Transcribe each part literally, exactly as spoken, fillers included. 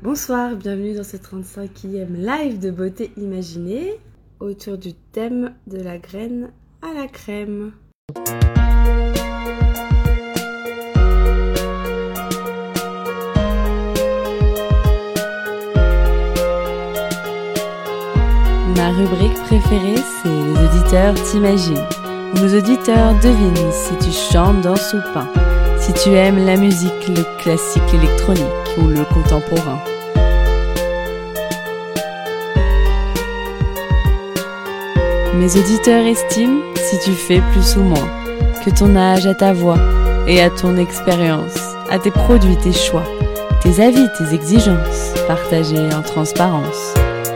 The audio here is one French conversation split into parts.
Bonsoir, bienvenue dans ce trente-cinquième live de beauté imaginée autour du thème de la graine à la crème. Ma rubrique préférée, c'est les auditeurs t'imaginent, où nos auditeurs devinent si tu chantes, danses ou peins, si tu aimes la musique, le classique, l'électronique ou le contemporain. Mes auditeurs estiment si tu fais plus ou moins, que ton âge à ta voix et à ton expérience, à tes produits, tes choix, tes avis, tes exigences, partagés en transparence.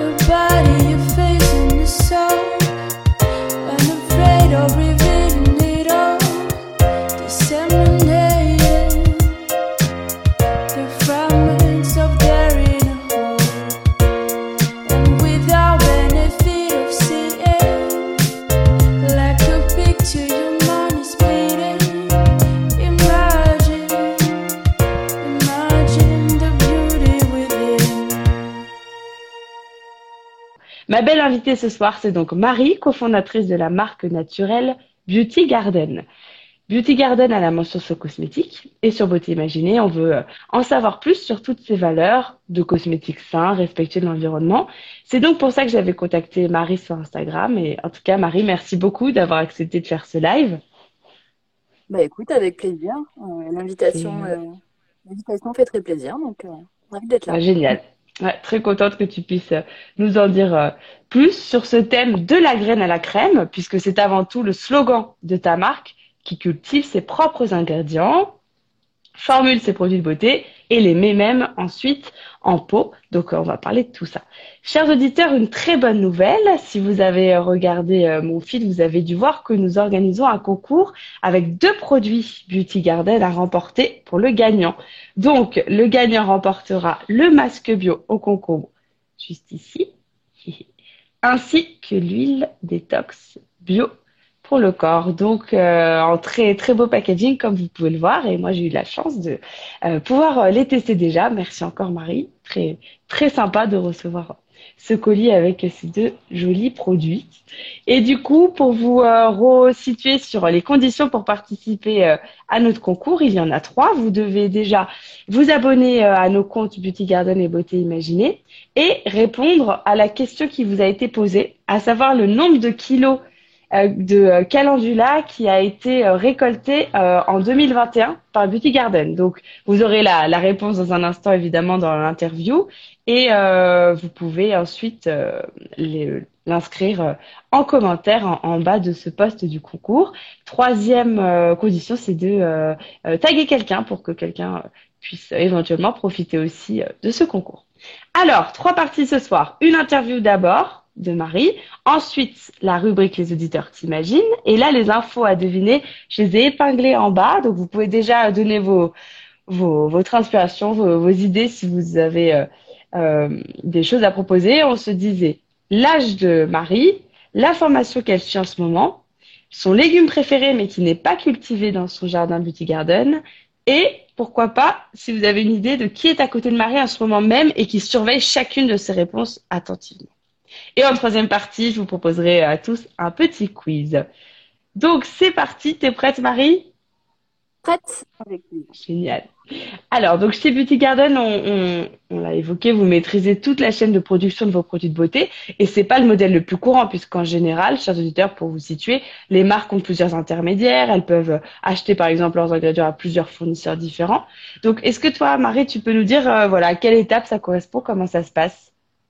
Ma belle invitée ce soir, c'est donc Marie, cofondatrice de la marque naturelle Beauty Garden. Beauty Garden a la mention sur cosmétiques et sur Beauté Imaginée, on veut en savoir plus sur toutes ces valeurs de cosmétiques sains, respectueux de l'environnement. C'est donc pour ça que j'avais contacté Marie sur Instagram. Et en tout cas, Marie, merci beaucoup d'avoir accepté de faire ce live. Bah écoute, avec plaisir. Euh, l'invitation, euh, l'invitation fait très plaisir, donc euh, ravi d'être là. Ah, génial. Ouais, très contente que tu puisses nous en dire euh, plus sur ce thème de la graine à la crème, puisque c'est avant tout le slogan de ta marque qui cultive ses propres ingrédients, formule ses produits de beauté et les met même ensuite en pot. Donc, euh, on va parler de tout ça. Chers auditeurs, une très bonne nouvelle. Si vous avez regardé euh, mon feed, vous avez dû voir que nous organisons un concours avec deux produits Beauty Garden à remporter pour le gagnant. Donc, le gagnant remportera le masque bio au concombre, juste ici, ainsi que l'huile détox bio pour le corps. Donc, euh, en très très beau packaging, comme vous pouvez le voir. Et moi, j'ai eu la chance de euh, pouvoir les tester déjà. Merci encore, Marie. Très très sympa de recevoir ce colis avec ces deux jolis produits. Et du coup, pour vous euh, resituer sur les conditions pour participer euh, à notre concours, il y en a trois. Vous devez déjà vous abonner euh, à nos comptes Beauty Garden et Beauté Imaginée et répondre à la question qui vous a été posée, à savoir le nombre de kilos euh, de euh, calendula qui a été euh, récolté euh, en deux mille vingt et un par Beauty Garden. Donc, vous aurez la, la réponse dans un instant, évidemment, dans l'interview. Et euh, vous pouvez ensuite euh, les, l'inscrire euh, en commentaire en, en bas de ce post du concours. Troisième euh, condition, c'est de euh, euh, taguer quelqu'un pour que quelqu'un puisse euh, éventuellement profiter aussi euh, de ce concours. Alors, trois parties ce soir. Une interview d'abord de Marie, ensuite la rubrique Les auditeurs t'imaginent, et là les infos à deviner, je les ai épinglées en bas, donc vous pouvez déjà donner vos, vos, votre inspiration, vos, vos idées si vous avez euh, euh, des choses à proposer. On se disait l'âge de Marie, la formation qu'elle suit en ce moment, son légume préféré mais qui n'est pas cultivé dans son jardin Beauty Garden, et pourquoi pas, si vous avez une idée de qui est à côté de Marie en ce moment même et qui surveille chacune de ses réponses attentivement. Et en troisième partie, je vous proposerai à tous un petit quiz. Donc, c'est parti. T'es prête, Marie? Prête avec lui. Génial. Alors, donc chez Beauty Garden, on, on, on l'a évoqué, vous maîtrisez toute la chaîne de production de vos produits de beauté et c'est pas le modèle le plus courant puisqu'en général, chers auditeurs, pour vous situer, les marques ont plusieurs intermédiaires, elles peuvent acheter par exemple leurs ingrédients à plusieurs fournisseurs différents. Donc, est-ce que toi, Marie, tu peux nous dire, euh, voilà, à quelle étape ça correspond, comment ça se passe?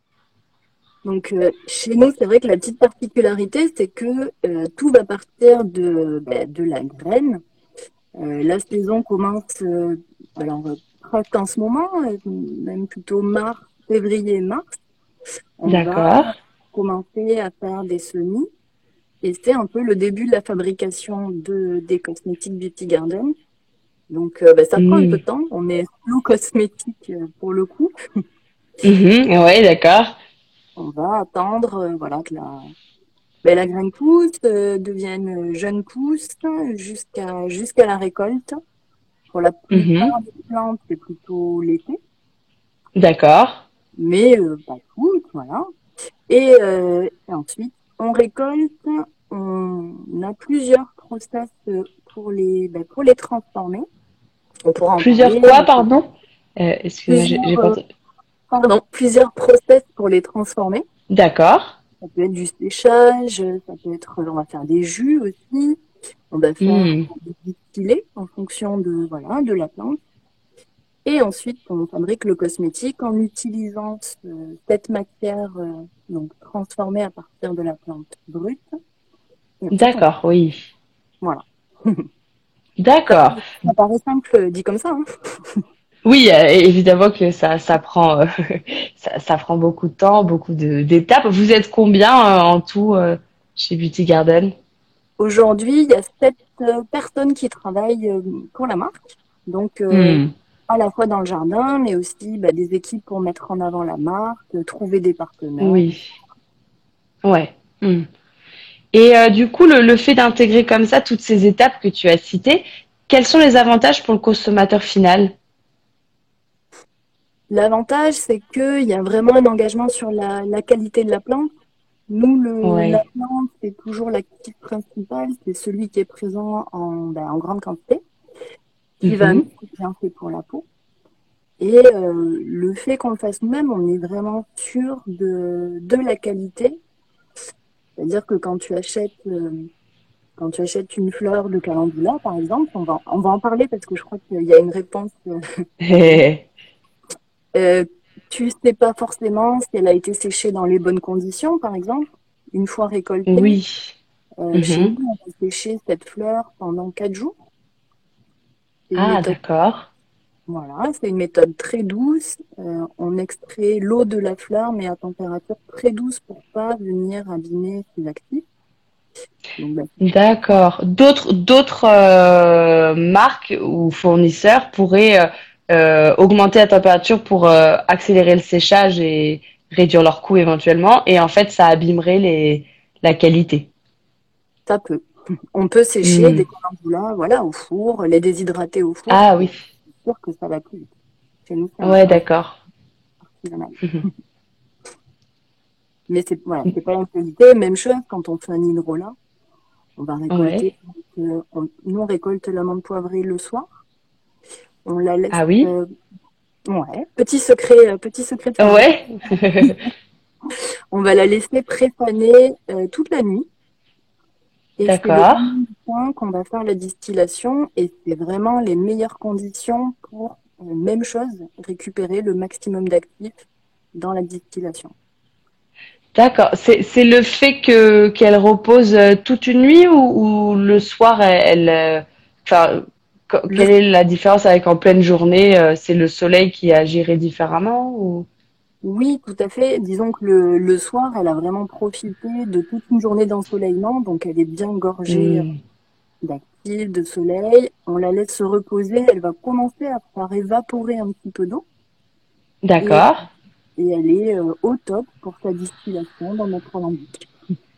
Donc, euh, chez nous, c'est vrai que la petite particularité, c'est que euh, tout va partir de, bah, de la graine. Euh, la saison commence euh, alors, presque en ce moment, euh, même plutôt mars, février, mars. On D'accord. va commencer à faire des semis. Et c'est un peu le début de la fabrication de, des cosmétiques Beauty Garden. Donc, euh, bah, ça prend un peu de temps. On est sous cosmétique euh, pour le coup. Mmh, ouais, d'accord. On va attendre euh, voilà, que la, ben, la graine pousse, euh, devienne jeune pousse jusqu'à jusqu'à la récolte. Pour la Mmh. plupart des plantes, c'est plutôt l'été. D'accord. mais euh, pas toutes, voilà. Et, euh, et ensuite, on récolte, on a plusieurs process euh, pour les, ben, pour les transformer. On pourra en Plusieurs parler. quoi, pardon? Euh, excuse-moi, j'ai Plusieurs, j'ai pas euh, entendu. pardon, plusieurs process pour les transformer. D'accord. Ça peut être du séchage, ça peut être, on va faire des jus aussi, on va faire Hmm. des distillés en fonction de, voilà, de la plante. Et ensuite, on fabrique le cosmétique en utilisant ce- cette matière euh, donc transformée à partir de la plante brute. Et ensuite, on, D'accord, oui. voilà. Ça, D'accord. ça paraît simple euh, dit comme ça, hein. Oui, euh, évidemment que ça, ça prend, euh, ça, ça prend beaucoup de temps, beaucoup de d'étapes. Vous êtes combien euh, en tout euh, chez Beauty Garden? Aujourd'hui, il y a sept euh, personnes qui travaillent euh, pour la marque. Donc, euh, Hmm. à la fois dans le jardin, mais aussi bah, des équipes pour mettre en avant la marque, euh, trouver des partenaires. Oui. Ouais. Hmm. Et euh, du coup, le, le fait d'intégrer comme ça toutes ces étapes que tu as citées, quels sont les avantages pour le consommateur final? L'avantage, c'est qu'il y a vraiment un engagement sur la, la qualité de la plante. Nous, le, la Ouais. plante, c'est toujours l'actif principal, c'est celui qui est présent en, ben, en grande quantité, qui va amener Mhm. des bienfaits pour la peau. Et euh, le fait qu'on le fasse nous-mêmes, on est vraiment sûr de, de la qualité. C'est-à-dire que quand tu achètes, euh, quand tu achètes une fleur de calendula, par exemple, on va, on va en parler parce que je crois qu'il y a une réponse euh, là-dedans. Euh, tu sais pas forcément si elle a été séchée dans les bonnes conditions, par exemple. Une fois récoltée, Oui. euh, chez Mhm. nous, on peut sécher cette fleur pendant quatre jours. C'est une Ah, méthode, d'accord. voilà, c'est une méthode très douce. Euh, on extrait l'eau de la fleur, mais à température très douce pour pas venir abîmer ses actifs. Donc, bah, D'accord. D'autres d'autres euh, marques ou fournisseurs pourraient euh, euh, augmenter la température pour euh, accélérer le séchage et réduire leurs coûts éventuellement. Et en fait, ça abîmerait les la qualité. ça peut. On peut sécher Hmm. des calendulas, voilà, au four, les déshydrater au four, Ah et oui. c'est sûr que ça va plus vite. Chez nous, c'est un Ouais, un d'accord. artisanal. Mhm. Mais c'est voilà, c'est pas la qualité. Même chose quand on fait un hydrolat, on va récolter. Ouais. euh, on- nous, on récolte l'amande poivrée le soir. On la laisse. Ah oui. euh, ouais, petit secret, euh, petit secret de fabrique. Ouais. On va la laisser prépaner euh, toute la nuit. Et c'est le D'accord. lendemain matin qu'on va faire la distillation. Et c'est vraiment les meilleures conditions pour, euh, même chose, récupérer le maximum d'actifs dans la distillation. D'accord. C'est c'est le fait que qu'elle repose euh, toute une nuit ou, ou le soir elle, elle, euh, enfin co- Le quelle est la différence avec en pleine journée euh, c'est le soleil qui agirait différemment ou Oui, tout à fait. Disons que le, le soir, elle a vraiment profité de toute une journée d'ensoleillement, donc elle est bien gorgée Hmm. d'actifs, de soleil. On la laisse se reposer, elle va commencer à faire évaporer un petit peu d'eau et, D'accord. et elle est euh, au top pour sa distillation dans notre alambic.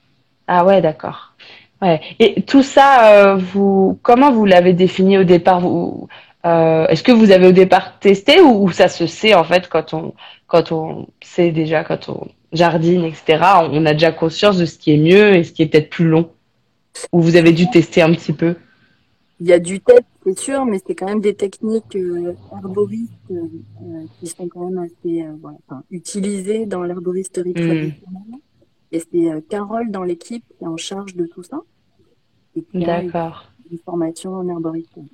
Ah ouais, d'accord. Ouais. Et tout ça, euh, vous, comment vous l'avez défini au départ? Vous, euh, est-ce que vous avez au départ testé ou, ou ça se sait en fait quand on, quand on sait déjà, quand on jardine, et cetera. On, on a déjà conscience de ce qui est mieux et ce qui est peut-être plus long. Ou vous avez dû Souvent, tester un petit peu? il y a du test, c'est sûr, mais c'est quand même des techniques euh, herboristes euh, euh, qui sont quand même assez euh, voilà, enfin, utilisées dans l'herboristerie Hmm. traditionnelle. Et c'est euh, Carole dans l'équipe qui est en charge de tout ça et qui a une D'accord. une formation en herboristerie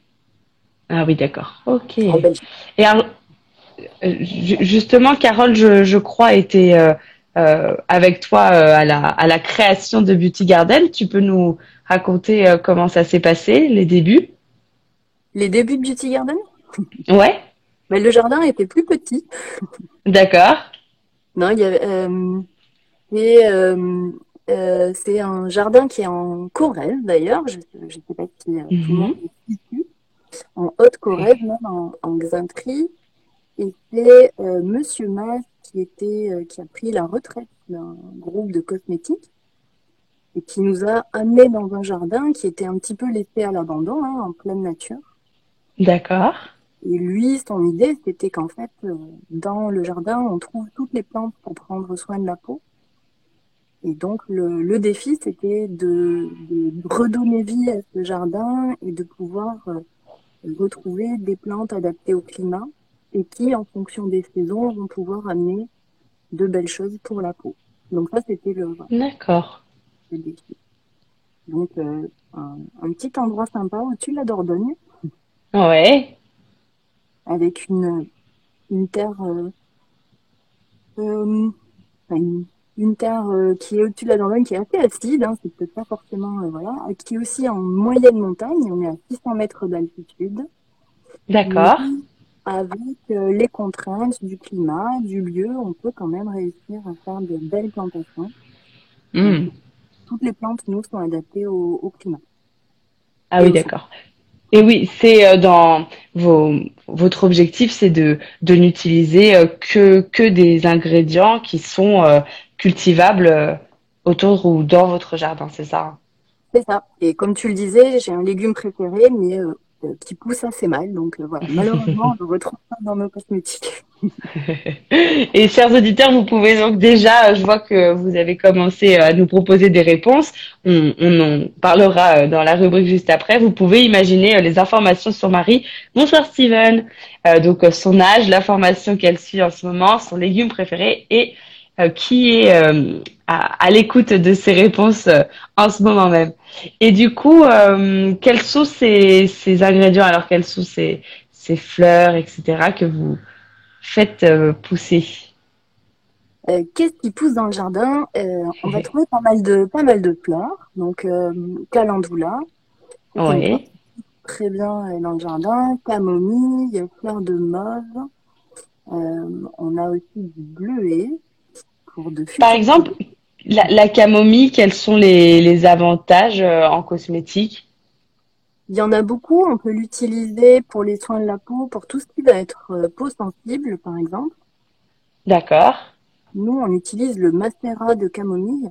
Ah oui, d'accord. Ok. en Et Belgique. alors, euh, ju- justement, Carole, je, je crois, était euh, euh, avec toi euh, à la, à la création de Beauty Garden. Tu peux nous raconter euh, comment ça s'est passé, les débuts? Les débuts de Beauty Garden, Ouais, ben, le jardin était plus petit. d'accord. Non, il y avait, euh, et, euh, euh, c'est un jardin qui est en Corrèze d'ailleurs. Je ne sais pas si euh, tout le monde Mhm. est situe. En Haute-Corrèze, même en, en Xaintrie. Et c'est euh, Monsieur Mas qui était, euh, qui a pris la retraite d'un groupe de cosmétiques et qui nous a amenés dans un jardin qui était un petit peu laissé à l'abandon, hein, en pleine nature. D'accord. Et lui, son idée, c'était qu'en fait, euh, dans le jardin, on trouve toutes les plantes pour prendre soin de la peau. Et donc, le, le défi, c'était de, de redonner vie à ce jardin et de pouvoir euh, retrouver des plantes adaptées au climat et qui, en fonction des saisons, vont pouvoir amener de belles choses pour la peau. Donc ça, c'était le, voilà, D'accord. le défi. Donc, euh, un, un petit endroit sympa au-dessus de la Dordogne, Ouais. avec une, une terre, euh, euh, enfin, une, une terre euh, qui est au-dessus de la Dordogne, qui est assez acide, hein, c'est peut-être pas forcément, euh, voilà, et qui est aussi en moyenne montagne, on est à six cents mètres d'altitude, mais D'accord. avec euh, les contraintes du climat, du lieu, on peut quand même réussir à faire de belles plantations. Donc, Hmm. toutes les plantes, nous, sont adaptées au, au climat Ah et oui, au sol. d'accord. Et oui, c'est euh, dans vos, votre objectif, c'est de, de n'utiliser euh, que, que des ingrédients qui sont euh, cultivables euh, autour ou dans votre jardin, c'est ça? C'est ça. Et comme tu le disais, j'ai un légume préféré, mais euh, euh, qui pousse assez mal. Donc euh, voilà, malheureusement, on le retrouve pas dans nos cosmétiques. Et chers auditeurs, vous pouvez donc déjà, euh, je vois que vous avez commencé euh, à nous proposer des réponses. On, on en parlera euh, dans la rubrique juste après. Vous pouvez imaginer euh, les informations sur Marie. Bonjour Steven. Euh, donc euh, son âge, l'information qu'elle suit en ce moment, son légume préféré et euh, qui est euh, à, à l'écoute de ces réponses euh, en ce moment même. Et du coup, euh, quels sont ces, ces ingrédients, alors quelles sont ces, ces fleurs, et cetera que vous faites euh, pousser. Euh, qu'est-ce qui pousse dans le jardin? Euh, on va trouver pas mal de, pas mal de fleurs. Donc, euh, calendula, c'est une plante Ouais. très bien euh, dans le jardin. Camomille, fleur de mauve. Euh, on a aussi du bleuet pour de Par futures exemple, couleurs. la, la camomille, quels sont les, les avantages euh, en cosmétique? Il y en a beaucoup. On peut l'utiliser pour les soins de la peau, pour tout ce qui va être euh, peau sensible, par exemple. D'accord. Nous, on utilise le macérat de camomille.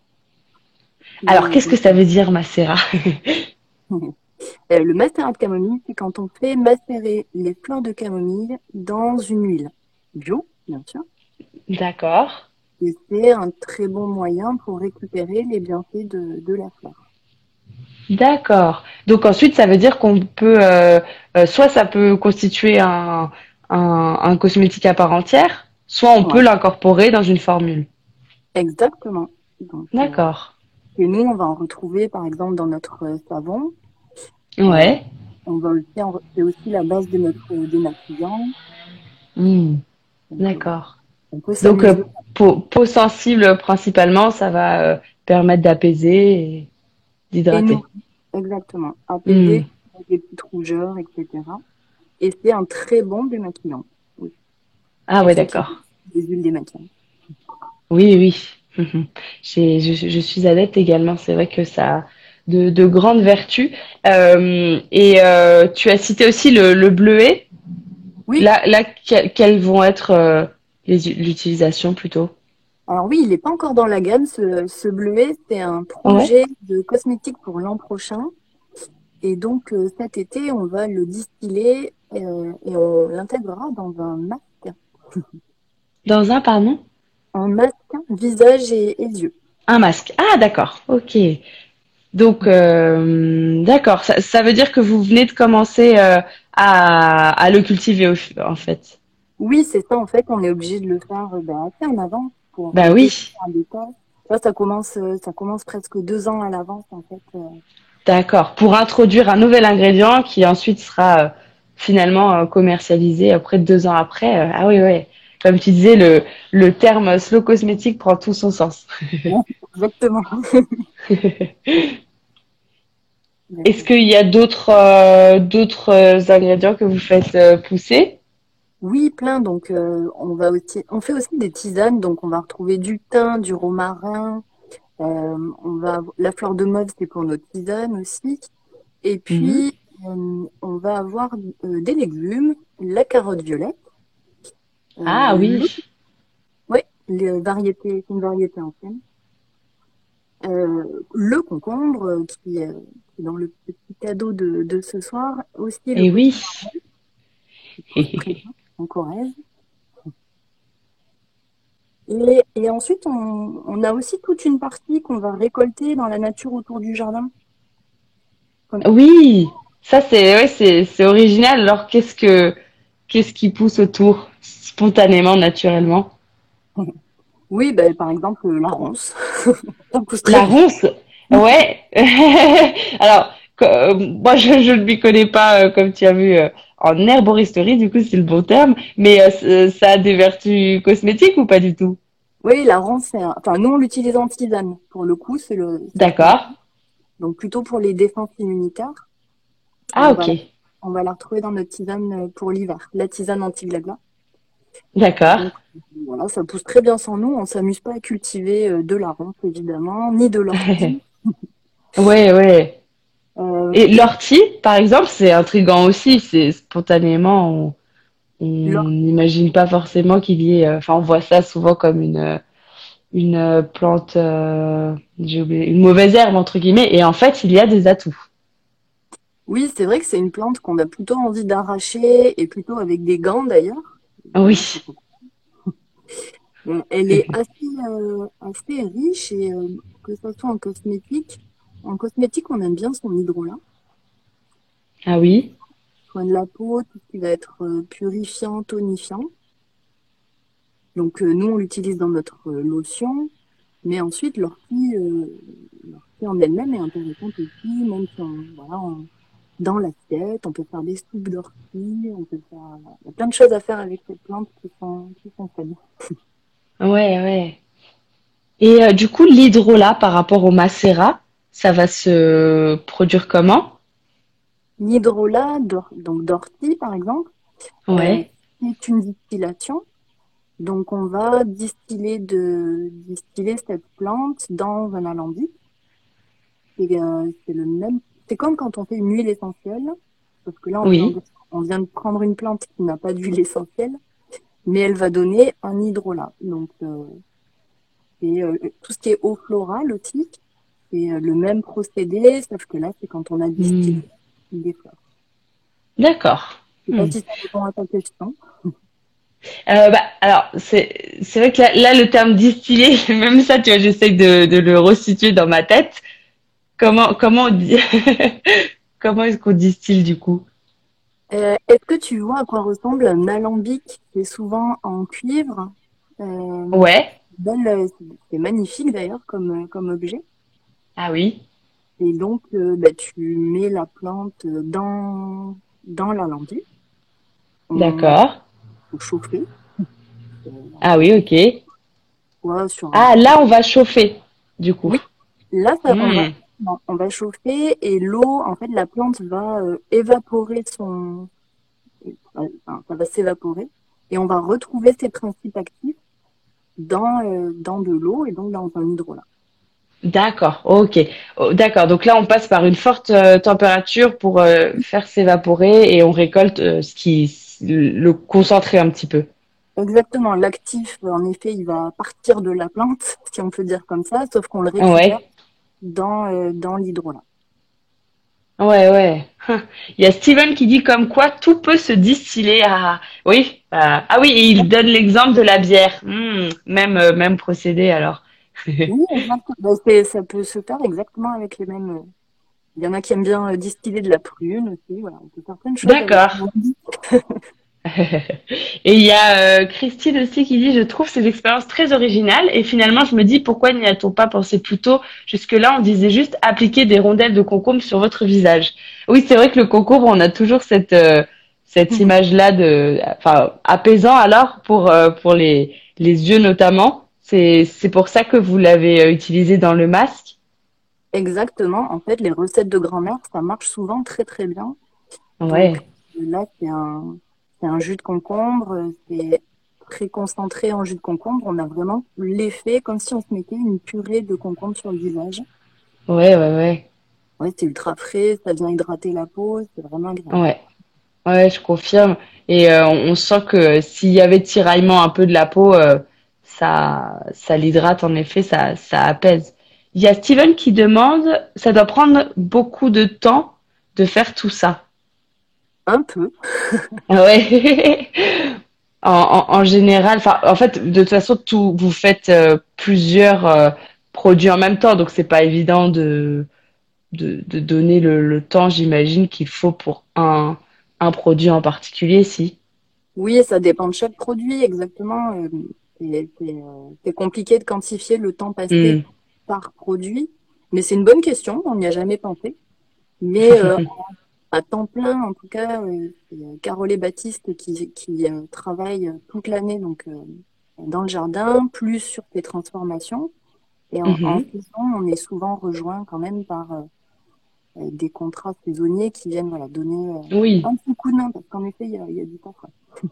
qui Alors, est- qu'est-ce que ça veut dire, macérat? Euh, Le macérat de camomille, c'est quand on fait macérer les fleurs de camomille dans une huile bio, bien sûr. D'accord. Et c'est un très bon moyen pour récupérer les bienfaits de, de la fleur. D'accord. Donc ensuite, ça veut dire qu'on peut, euh, euh, soit ça peut constituer un, un, un cosmétique à part entière, soit on peut Ouais, l'incorporer dans une formule. exactement. Donc, euh, D'accord. et nous, on va en retrouver, par exemple, dans notre euh, savon. Euh, Ouais. on va aussi, en- c'est aussi la base de notre démaquillant. Hmm. Donc, euh, voilà. D'accord. On peut Donc, euh, s'amuser. peau, peau sensible principalement, ça va euh, permettre d'apaiser et Et nous, d'hydrater. exactement. Hmm. Apaiser avec des petites rougeurs, et cetera. Et c'est un très bon démaquillant. Oui. Ah Pour ouais, ceux qui d'accord. utilisent des huiles démaquillantes. Oui, oui. Mhm. J'ai- je, je suis adepte également. C'est vrai que ça a de, de grandes vertus. Euh, et euh, tu as cité aussi le, le bleuet. Oui, Là, là, que- quelles vont être euh, les, l'utilisation plutôt? alors oui, il n'est pas encore dans la gamme, ce, ce bleuet. C'est un Ouais. projet de cosmétique pour l'an prochain. Et donc, euh, cet été, on va le distiller euh, et on l'intégrera dans un masque. Dans un, pardon? Un masque, visage et, et yeux. Un masque. Ah, d'accord. Ok. Donc, euh, d'accord. Ça, ça veut dire que vous venez de commencer euh, à, à le cultiver au- en fait. Oui, c'est ça, en fait, on est obligé de le faire euh, ben, assez en avance pour Bah euh, oui. définir un détail. Ça, ça commence, euh, ça commence presque deux ans à l'avance, en fait. euh. D'accord. Pour introduire un nouvel ingrédient qui ensuite sera euh, finalement euh, commercialisé après deux ans après. Euh, ah oui, oui. Comme tu disais, le, le terme slow cosmétique prend tout son sens. Ouais, exactement. Est-ce Exactement. qu'il y a d'autres euh, d'autres euh, ingrédients que vous faites euh, pousser? Oui, plein. Donc, euh, on va aussi, on fait aussi des tisanes. Donc, on va retrouver du thym, du romarin. Euh, on va, la fleur de mauve, c'est pour notre tisane aussi. Et Mhm. puis, euh, on va avoir euh, des légumes, la carotte violette, euh, Ah oui. le, ouais, les variétés, c'est une variété ancienne. Euh, le concombre, euh, qui, euh, qui est dans le petit cadeau de, de ce soir. Aussi le Et oui. potimarron. très bien, en Corrèze. Et, et ensuite, on, on a aussi toute une partie qu'on va récolter dans la nature autour du jardin. Comme- Oui, ça c'est ouais, c'est c'est original. Alors qu'est-ce que qu'est-ce qui pousse autour spontanément, naturellement? Oui, ben, par exemple, la ronce. Ça pousse très La bien. ronce, ouais. Alors que- euh, moi je, je ne m'y connais pas euh, comme tu as vu euh, en herboristerie, du coup c'est le bon terme, mais euh, c- ça a des vertus cosmétiques ou pas du tout? Oui, la ronce, c'est un- enfin, nous, on l'utilise en tisane. Pour le coup, c'est le, ça pousse. D'accord. Donc, plutôt pour les défenses immunitaires. Et Ah on ok, va, on va la retrouver dans notre tisane euh, pour l'hiver. La tisane anti-blabla. d'accord. Donc, voilà, ça pousse très bien sans nous. On s'amuse pas à cultiver euh, de la ronce, évidemment, ni de l'ortie. Ouais, ouais. Euh, Et et l'ortie, par exemple, c'est intriguant aussi. C'est spontanément, on on l'or- n'imagine pas forcément qu'il y ait. euh, Enfin, on voit ça souvent comme une euh, une euh, plante, euh, j'ai oublié, une mauvaise herbe entre guillemets. Et en fait, il y a des atouts. oui, c'est vrai que c'est une plante qu'on a plutôt envie d'arracher et plutôt avec des gants d'ailleurs. Voilà, Oui. c'est pour- Euh, elle est assez, euh, assez riche et euh, que ce soit en cosmétique. En cosmétique, on aime bien son hydrolat. Ah oui. Soin de la peau, tout ce qui va être euh, purifiant, tonifiant. Donc euh, nous, on l'utilise dans notre euh, lotion. Mais ensuite, l'ortie, euh, l'ortie en elle-même est intéressante aussi, même si on, voilà, on- dans l'assiette, on peut faire des soupes d'ortie, on peut faire, il y a plein de choses à faire avec cette plante qui sont, qui sont fun. Ouais, ouais. Et euh, du coup, l'hydrolat par rapport au macérat, ça va se produire comment? L'hydrolat, d'or- donc d'ortie par exemple, euh, Ouais. c'est une distillation. Donc on va distiller de distiller cette plante dans un alambic. Et, euh, c'est le même, c'est comme quand on fait une huile essentielle, sauf que là on vient de, Oui. on vient de prendre une plante qui n'a pas d'huile essentielle, mais elle va donner un hydrolat. Donc, euh, et euh, tout ce qui est eau florale aussi, c'est euh, le même procédé, sauf que là, c'est quand on a distillé Hmm. des fleurs. D'accord. Je sais pas Hmm. si ça répond à ta question. Euh, bah, alors, c'est, c'est vrai que là, là, le terme distillé, même ça, tu vois, j'essaie de, de le resituer dans ma tête. Comment, comment on dit, comment est-ce qu'on distille du coup? Euh, est-ce que tu vois à quoi ressemble un alambic qui est souvent en cuivre? Euh, Ouais. belle, euh, c'est magnifique d'ailleurs comme, euh, comme objet. Ah oui. Et donc, euh, bah, tu mets la plante dans, dans l'alambic. On D'accord. faut chauffer. Euh, Ah oui, ok. soit sur un, Ah, là, on va chauffer, du coup. oui, là, ça, on va, Hmm. non, on va chauffer et l'eau, en fait, la plante va euh, évaporer son, enfin, ça va s'évaporer et on va retrouver ses principes actifs dans, euh, dans de l'eau et donc dans un hydrolat. D'accord, ok. Oh, d'accord, donc là, on passe par une forte euh, température pour euh, faire s'évaporer et on récolte euh, ce qui, le concentré un petit peu. Exactement, l'actif, en effet, il va partir de la plante, si on peut dire comme ça, sauf qu'on le récupère Ouais, dans, euh, dans l'hydrolat. ouais, ouais. Il y a Steven qui dit comme quoi tout peut se distiller. Ah, oui, ah, ah oui, et il donne l'exemple de la bière. Hmm, même, euh, même procédé alors. Oui, exactement. Ben, c'est- ça peut se faire exactement avec les mêmes. euh, Il y en a qui aiment bien euh, distiller de la prune aussi. Voilà, on peut faire plein de choses avec. D'accord. Et il y a euh, Christine aussi qui dit, je trouve ces expériences très originales et finalement je me dis pourquoi n'y a-t-on pas pensé plus tôt? Jusque-là on disait juste appliquer des rondelles de concombre sur votre visage. Oui, c'est vrai que le concombre, on a toujours cette euh, cette image-là de, enfin, apaisant alors pour euh, pour les les yeux notamment. C'est c'est pour ça que vous l'avez euh, utilisé dans le masque. Exactement. En fait, les recettes de grand-mère, ça marche souvent très très bien. Donc Ouais. euh, là, c'est un, c'est un jus de concombre. euh, C'est très concentré en jus de concombre. On a vraiment l'effet comme si on se mettait une purée de concombre sur le visage. Ouais, ouais, ouais. Ouais, c'est ultra frais, ça vient hydrater la peau, c'est vraiment agréable. Ouais. Ouais, je confirme. Et euh, on, on sent que s'il y avait tiraillement un peu de la peau, euh, ça, ça l'hydrate en effet, ça, ça apaise. Il y a Steven qui demande, ça doit prendre beaucoup de temps de faire tout ça. Un peu. Ah ouais. En, en, en général, enfin, en fait, de toute façon, tout, vous faites euh, plusieurs euh, produits en même temps, donc c'est pas évident de, de, de donner le, le temps, j'imagine, qu'il faut pour un, un produit en particulier, si. Oui, ça dépend de chaque produit, exactement. Euh, C'est c'est, euh, c'est compliqué de quantifier le temps passé Hmm. par produit, mais c'est une bonne question, on n'y a jamais pensé. Mais euh, à temps plein, en tout cas, euh, c'est euh, Carole et Baptiste qui, qui euh, travaillent toute l'année donc euh, dans le jardin, plus sur les transformations. Et en, en Mhm. saison, on est souvent rejoint quand même par euh, euh, des contrats saisonniers qui viennent voilà, donner euh, Oui, un petit coup de main, parce qu'en effet, il y a, il y a du temps. Quoi.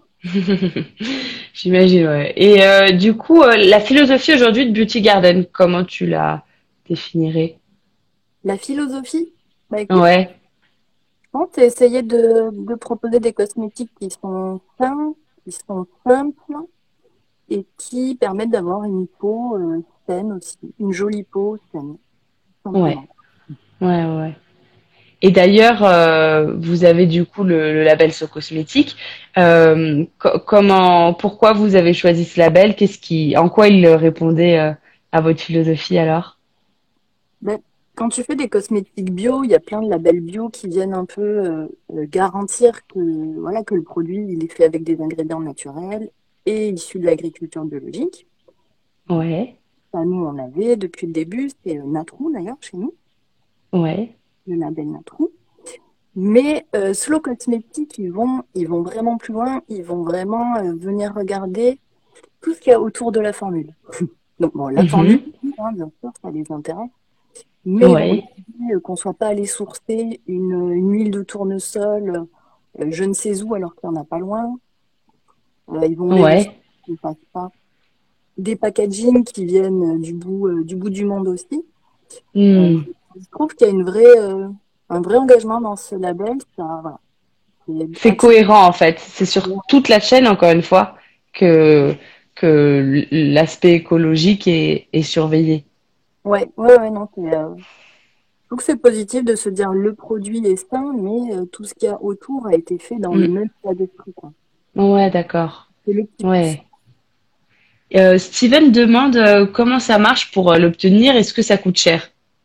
j'imagine, ouais. Et euh, du coup, euh, la philosophie aujourd'hui de Beauty Garden, comment tu la définirais? La philosophie, bah écoute, Ouais, je pense c'est essayer de, de proposer des cosmétiques qui sont sains, qui sont simples et qui permettent d'avoir une peau euh, saine aussi, une jolie peau saine, ouais, simplement. ouais, ouais. Et d'ailleurs, euh, vous avez du coup le, le label So Cosmétique. Euh, co- comment, pourquoi vous avez choisi ce label? Qu'est-ce qui, en quoi il répondait euh, à votre philosophie alors? Ben, quand tu fais des cosmétiques bio, il y a plein de labels bio qui viennent un peu euh, euh, garantir que, voilà, que le produit il est fait avec des ingrédients naturels et issus de l'agriculture biologique. Ouais, Ça, nous, on avait depuis le début, c'est euh, Natrou d'ailleurs chez nous, ouais, le label Natrou. Mais euh, Slow Cosmétiques, ils vont, ils vont vraiment plus loin, ils vont vraiment euh, venir regarder tout ce qu'il y a autour de la formule. Donc bon, la formule, mhm, hein, bien sûr, ça les intéresse. Mais ils vont ouais, regarder euh, qu'on ne soit pas allé sourcer une, une huile de tournesol, euh, je ne sais où, alors qu'il n'y en a pas loin. Euh, ils vont vérifier ouais. qu'on ne fasse pas des packaging qui viennent euh, du bout, euh, du bout du monde aussi. Euh, Hmm. je trouve qu'il y a une vraie, euh, un vrai engagement dans ce label. Ça, voilà, c'est C'est attirant. cohérent en fait. C'est sur toute la chaîne, encore une fois, que, que l'aspect écologique est, est surveillé. Ouais, ouais, ouais, non, c'est, euh, je trouve que c'est positif de se dire le produit est sain, mais euh, tout ce qu'il y a autour a été fait dans le Hmm. même état d'esprit, quoi. Ouais, d'accord. C'est le petit plus. Ouais. Euh, Steven demande euh, comment ça marche pour euh, l'obtenir. Est-ce que ça coûte cher?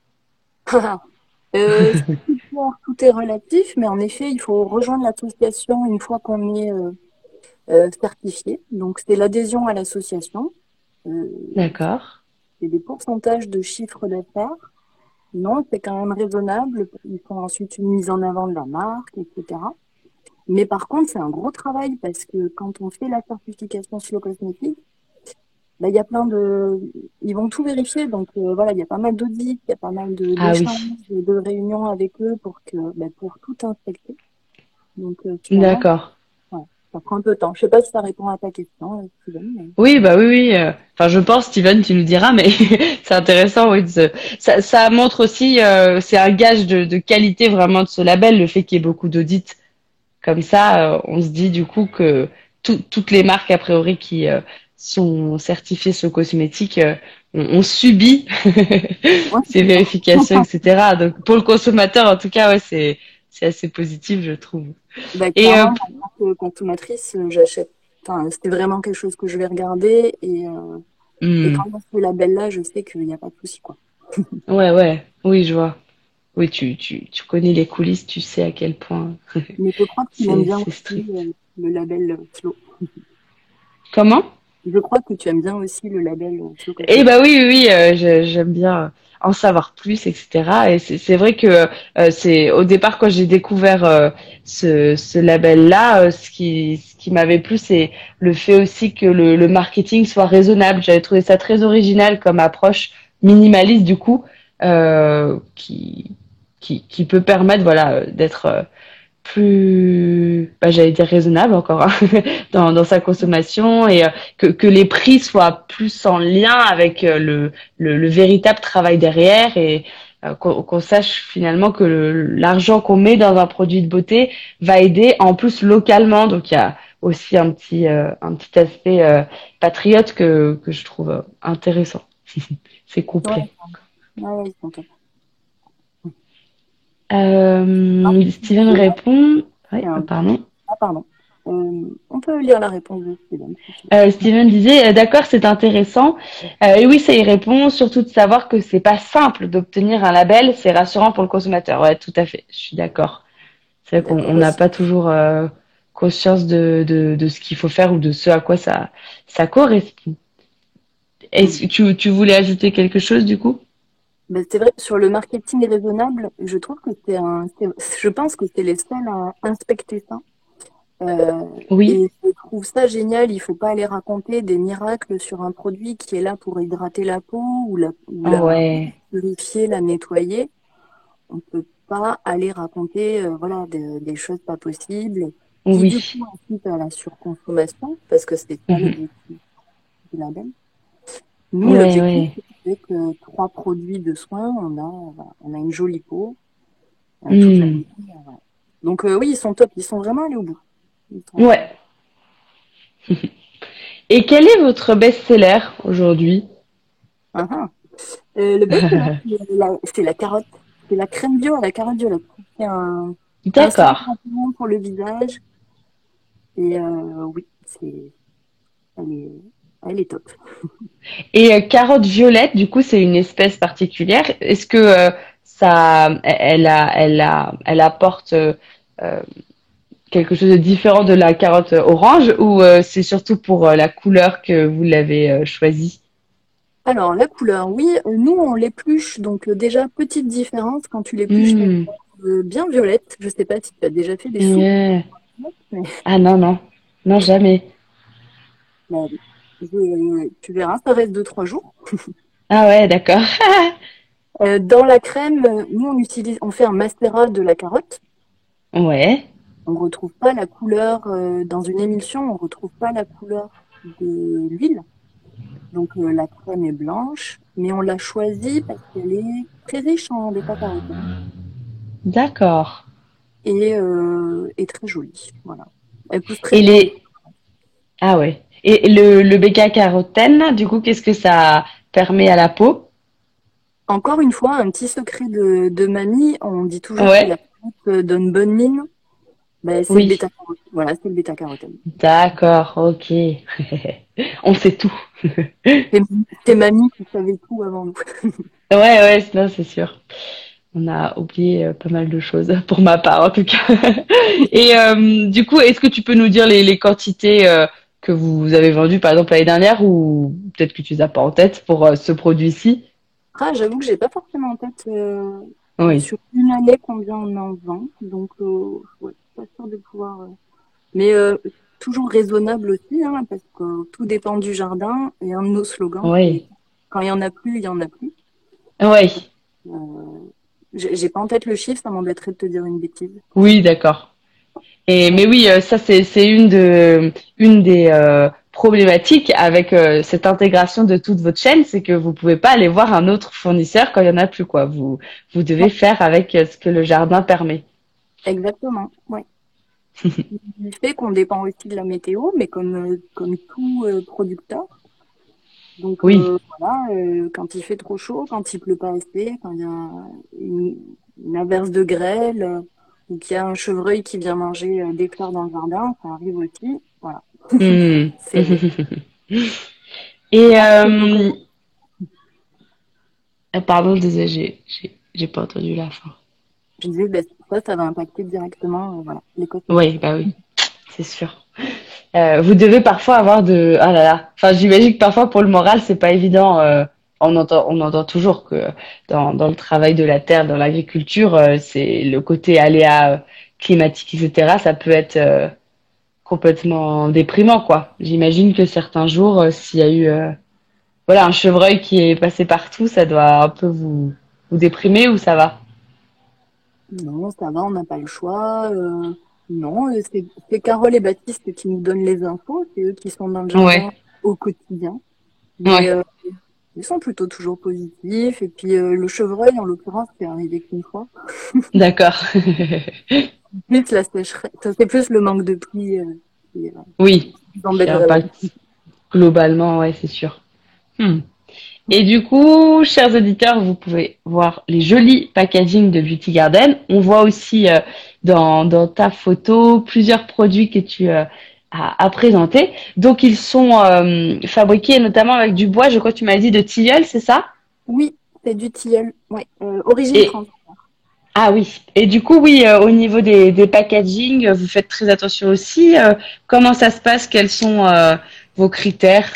Euh, tout est relatif, mais en effet, il faut rejoindre l'association une fois qu'on est euh, euh, certifié. Donc, c'est l'adhésion à l'association. Euh, D'accord. c'est des pourcentages de chiffre d'affaires. Non, c'est quand même raisonnable. Il faut ensuite une mise en avant de la marque, et cetera. Mais par contre, c'est un gros travail parce que quand on fait la certification Slow Cosmétique, bah, il y a plein de... Ils vont tout vérifier. Donc, euh, voilà, il y a pas mal d'audits, il y a pas mal de- Ah d'échanges, oui. de, de réunions avec eux pour que, bah, pour tout inspecter. Donc, euh, finalement, D'accord. ouais, ça prend un peu de temps. Je sais pas si ça répond à ta question, euh, Steven, mais... Oui, bah oui, oui. euh, Enfin, je pense, Steven, tu nous diras, mais c'est intéressant. Oui, de se- ça, ça montre aussi, euh, c'est un gage de, de qualité vraiment de ce label, le fait qu'il y ait beaucoup d'audits. Comme ça, euh, on se dit du coup que tout- toutes les marques a priori qui euh, sont certifiées sous cosmétiques euh, ont, ont subi Ouais, ces c'est ça. vérifications, et cetera. Donc pour le consommateur, en tout cas, ouais, c'est c'est assez positif, je trouve. Bah, Et euh, clairement, en tant que consommatrice, euh, j'achète. Enfin, c'était vraiment quelque chose que je vais regarder. Et, euh, et hmm, quand on ce label-là, je sais qu'il n'y a pas de souci, quoi. ouais, ouais, oui, je vois. Oui, tu, tu, tu connais les coulisses, tu sais à quel point Mais je crois que tu aimes c'est bien c'est aussi strict. euh, le label euh, Slow. Comment? Je crois que tu aimes bien aussi le label euh, Slow Eh Cosmétique. bah oui, oui, oui, euh, je- j'aime bien en savoir plus, et cetera. Et c'est c'est vrai que euh, c'est au départ quand j'ai découvert euh, ce, ce label-là, euh, ce qui, ce qui m'avait plu, c'est le fait aussi que le, le marketing soit raisonnable. J'avais trouvé ça très original comme approche minimaliste du coup, euh, qui, qui, qui peut permettre voilà euh, d'être euh, plus, bah, j'allais dire raisonnable encore hein, dans, dans sa consommation et euh, que, que les prix soient plus en lien avec euh, le, le, le véritable travail derrière et euh, qu'on qu'on sache finalement que le- l'argent qu'on met dans un produit de beauté va aider en plus localement. Donc il y a aussi un petit, euh, un petit aspect euh, patriote que, que je trouve euh, intéressant. C'est Ouais, complet. ouais, ouais, ils sont top. Euh, Steven Et là, répond. Oui, C'est un- pardon. Ah, pardon. Euh, on peut lire la réponse de Steven. Si tu Euh, Steven disait, euh, d'accord, c'est intéressant. Euh, et oui, ça y répond, surtout de savoir que c'est pas simple d'obtenir un label, c'est rassurant pour le consommateur. Ouais, tout à fait, je suis d'accord. C'est veux. vrai qu'on D'accord on n'a aussi. pas toujours euh, conscience de, de, de ce qu'il faut faire ou de ce à quoi ça, ça correspond. Mm. Est-ce que tu, tu voulais ajouter quelque chose du coup? Ben, c'est vrai, sur le marketing raisonnable, je trouve que c'est un, c'est- je pense que c'est les seuls à inspecter ça. Euh, Oui. et je trouve ça génial. Il faut pas aller raconter des miracles sur un produit qui est là pour hydrater la peau ou la, ou la Ouais. purifier, la nettoyer. On peut pas aller raconter, euh, voilà, des, des choses pas possibles qui du Oui. coup incitent à la surconsommation parce que c'est ça Mhm. l'objectif du label. Nous, Ouais, l'objectif, ouais. c'est qu'avec euh, trois produits de soins, on a, voilà, on a une jolie peau euh, toute Hmm. l'année. Euh, voilà. Donc euh, oui, ils sont top. Ils sont vraiment allés au bout. Ils sont- Ouais. Et quel est votre best-seller aujourd'hui? Ah, ah. Euh, le best, là, c'est la, c'est la carotte. C'est la crème bio à la carotte violette. C'est un, un soin D'accord. gratuit pour le visage. Et euh, oui, c'est, elle est, elle est top. Et euh, carotte violette, du coup, c'est une espèce particulière. Est-ce que euh, ça, elle a, elle a, elle apporte euh, euh, quelque chose de différent de la carotte orange ou euh, c'est surtout pour euh, la couleur que vous l'avez euh, choisie? Alors, la couleur, oui, euh, nous, on l'épluche. Donc, euh, déjà, petite différence, quand tu l'épluches, elle Hmm. est euh, bien violette. Je sais pas si tu as déjà fait des soupes, Ouais. mais Ah non, non. Non, jamais. mais, je- tu verras, ça reste deux trois jours. Ah ouais, d'accord. Euh, dans la crème, euh, nous, on utilise, on fait un mascara de la carotte. Ouais. On ne retrouve pas la couleur euh, dans une émulsion, on ne retrouve pas la couleur de l'huile. Donc euh, la crème est blanche, mais on l'a choisie parce qu'elle est très riche en bêta-carotène D'accord. et, euh, et très jolie. Voilà. Elle pousse très Et bien. les, ah ouais. Et le, le bêta-carotène, du coup, qu'est-ce que ça permet à la peau? Encore une fois, un petit secret de, de mamie, on dit toujours que la Ouais. carotte euh, donne bonne mine. Ben, c'est le Oui. bêta-carotène. Voilà, c'est le bêta-carotène. D'accord, ok. On sait tout. C'est c'est mamie qui savait tout avant nous. Ouais, ouais, non, c'est sûr. On a oublié euh, pas mal de choses, pour ma part en tout cas. Et euh, du coup, est-ce que tu peux nous dire les, les quantités euh, que vous avez vendues, par exemple, l'année dernière, ou peut-être que tu les as pas en tête pour euh, ce produit-ci? Ah, j'avoue que j'ai pas forcément en tête euh, Oui. sur une année combien on en vend. Donc, euh, ouais, pas sûr de pouvoir. euh. Mais euh, toujours raisonnable aussi, hein, parce que tout dépend du jardin. Et un de nos slogans, c'est Oui. quand il y en a plus, il y en a plus. Oui. Euh, j'ai j'ai pas en tête le chiffre, ça m'embêterait de te dire une bêtise. Oui, d'accord. Et Ouais, mais oui, euh, ça c'est c'est une de une des euh, problématiques avec euh, cette intégration de toute votre chaîne, c'est que vous pouvez pas aller voir un autre fournisseur quand il y en a plus quoi. Vous vous devez ouais, faire avec euh, ce que le jardin permet. exactement. Ouais. Du fait qu'on dépend aussi de la météo, mais comme, euh, comme tout euh, producteur. Donc Oui. euh, voilà, euh, quand il fait trop chaud, quand il pleut pas assez, quand il y a une, une averse de grêle, euh, ou qu'il y a un chevreuil qui vient manger euh, des fleurs dans le jardin, ça arrive aussi. Voilà. Hmm. C'est c'est Et partie des euh, précautions. ah, pardon, désolé, j'ai j'ai j'ai pas entendu la fin. Je disais, ben, ça, ça va impacter directement euh, voilà, Oui, l'écosystème. bah oui, c'est sûr. Euh, vous devez parfois avoir de... Ah là là. Enfin, j'imagine que parfois pour le moral, c'est pas évident. euh, on entend, on entend toujours que dans, dans le travail de la terre, dans l'agriculture, euh, c'est le côté aléa euh, climatique, et cetera. Ça peut être euh, complètement déprimant, quoi. J'imagine que certains jours, euh, s'il y a eu euh, voilà un chevreuil qui est passé partout, ça doit un peu vous vous déprimer ou ça va? Non, ça va, on n'a pas le choix. euh, non, euh, c'est c'est Carole et Baptiste qui nous donnent les infos, c'est eux qui sont dans le jardin Ouais, au quotidien. Mais ouais, euh, ils sont plutôt toujours positifs. Et puis euh, le chevreuil, en l'occurrence, c'est arrivé qu'une fois. d'accord. Plus la sécheresse, ça, c'est plus le manque de pluie euh, qui, euh, Oui, qui nous qui embête vraiment. impacte globalement, ouais, c'est sûr. Hmm. Et du coup, chers auditeurs, vous pouvez voir les jolis packaging de Beauty Garden. On voit aussi euh, dans, dans ta photo plusieurs produits que tu euh, as, as présentés. Donc, ils sont euh, fabriqués notamment avec du bois, je crois que tu m'as dit, de tilleul, c'est ça? Oui, c'est du tilleul. Ouais. Euh, origine Et France. ah oui. Et du coup, oui, euh, au niveau des, des packaging, euh, vous faites très attention aussi. Euh, comment ça se passe? Quels sont euh, vos critères?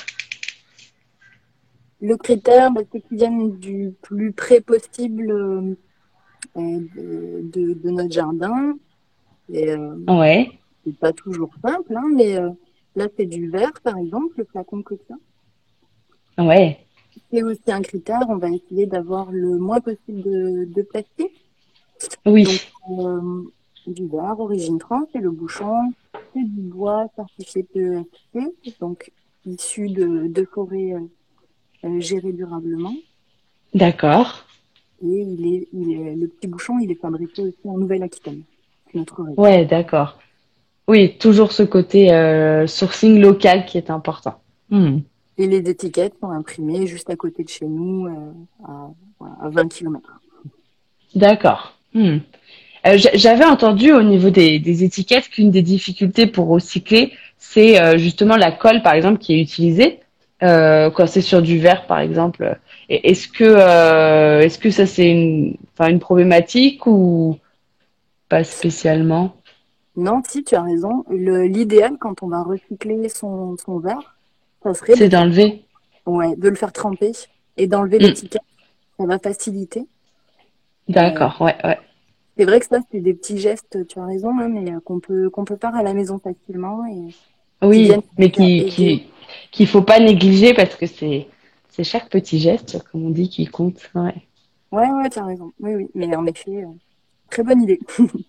Le critère, bah, c'est qu'ils viennent du plus près possible euh, de, de, de notre jardin. Et euh, Ouais, c'est pas toujours simple, hein, mais euh, là, c'est du verre, par exemple, le flacon que tu as. ouais, C'est aussi un critère, on va essayer d'avoir le moins possible de, de plastique. Donc, oui, euh, du verre, origine France, et le bouchon, c'est du bois certifié P E S C, donc issu de, de forêts euh, euh, gérées durablement. d'accord. Et il est, il est, le petit bouchon, il est fabriqué aussi en Nouvelle-Aquitaine, notre région. Ouais, d'accord. Oui, toujours ce côté euh, sourcing local qui est important. Hmm. Et les étiquettes sont imprimées juste à côté de chez nous, euh, à, voilà, à vingt kilomètres. D'accord. Hmm. Euh, j'a- j'avais entendu au niveau des, des étiquettes qu'une des difficultés pour recycler, c'est euh, justement la colle, par exemple, qui est utilisée euh, quand c'est sur du verre, par exemple. Et est-ce que, euh, est-ce que ça c'est une, enfin, une problématique ou pas spécialement? Non, si tu as raison, le, l'idéal quand on va recycler son, son verre, ça serait de C'est le faire, d'enlever. ouais, de le faire tremper et d'enlever Hmm. l'étiquette. Ça va faciliter. Euh, D'accord, ouais, ouais. c'est vrai que ça, c'est des petits gestes, tu as raison, hein, mais euh, qu'on peut, qu'on peut faire à la maison facilement et qui viennent Oui, mais à qui, aider. qui, qu'il faut pas négliger parce que c'est, c'est chaque petit geste, comme on dit, qui compte. Ouais. Ouais, ouais, tu as raison. Oui, oui, mais en effet, euh, très bonne idée.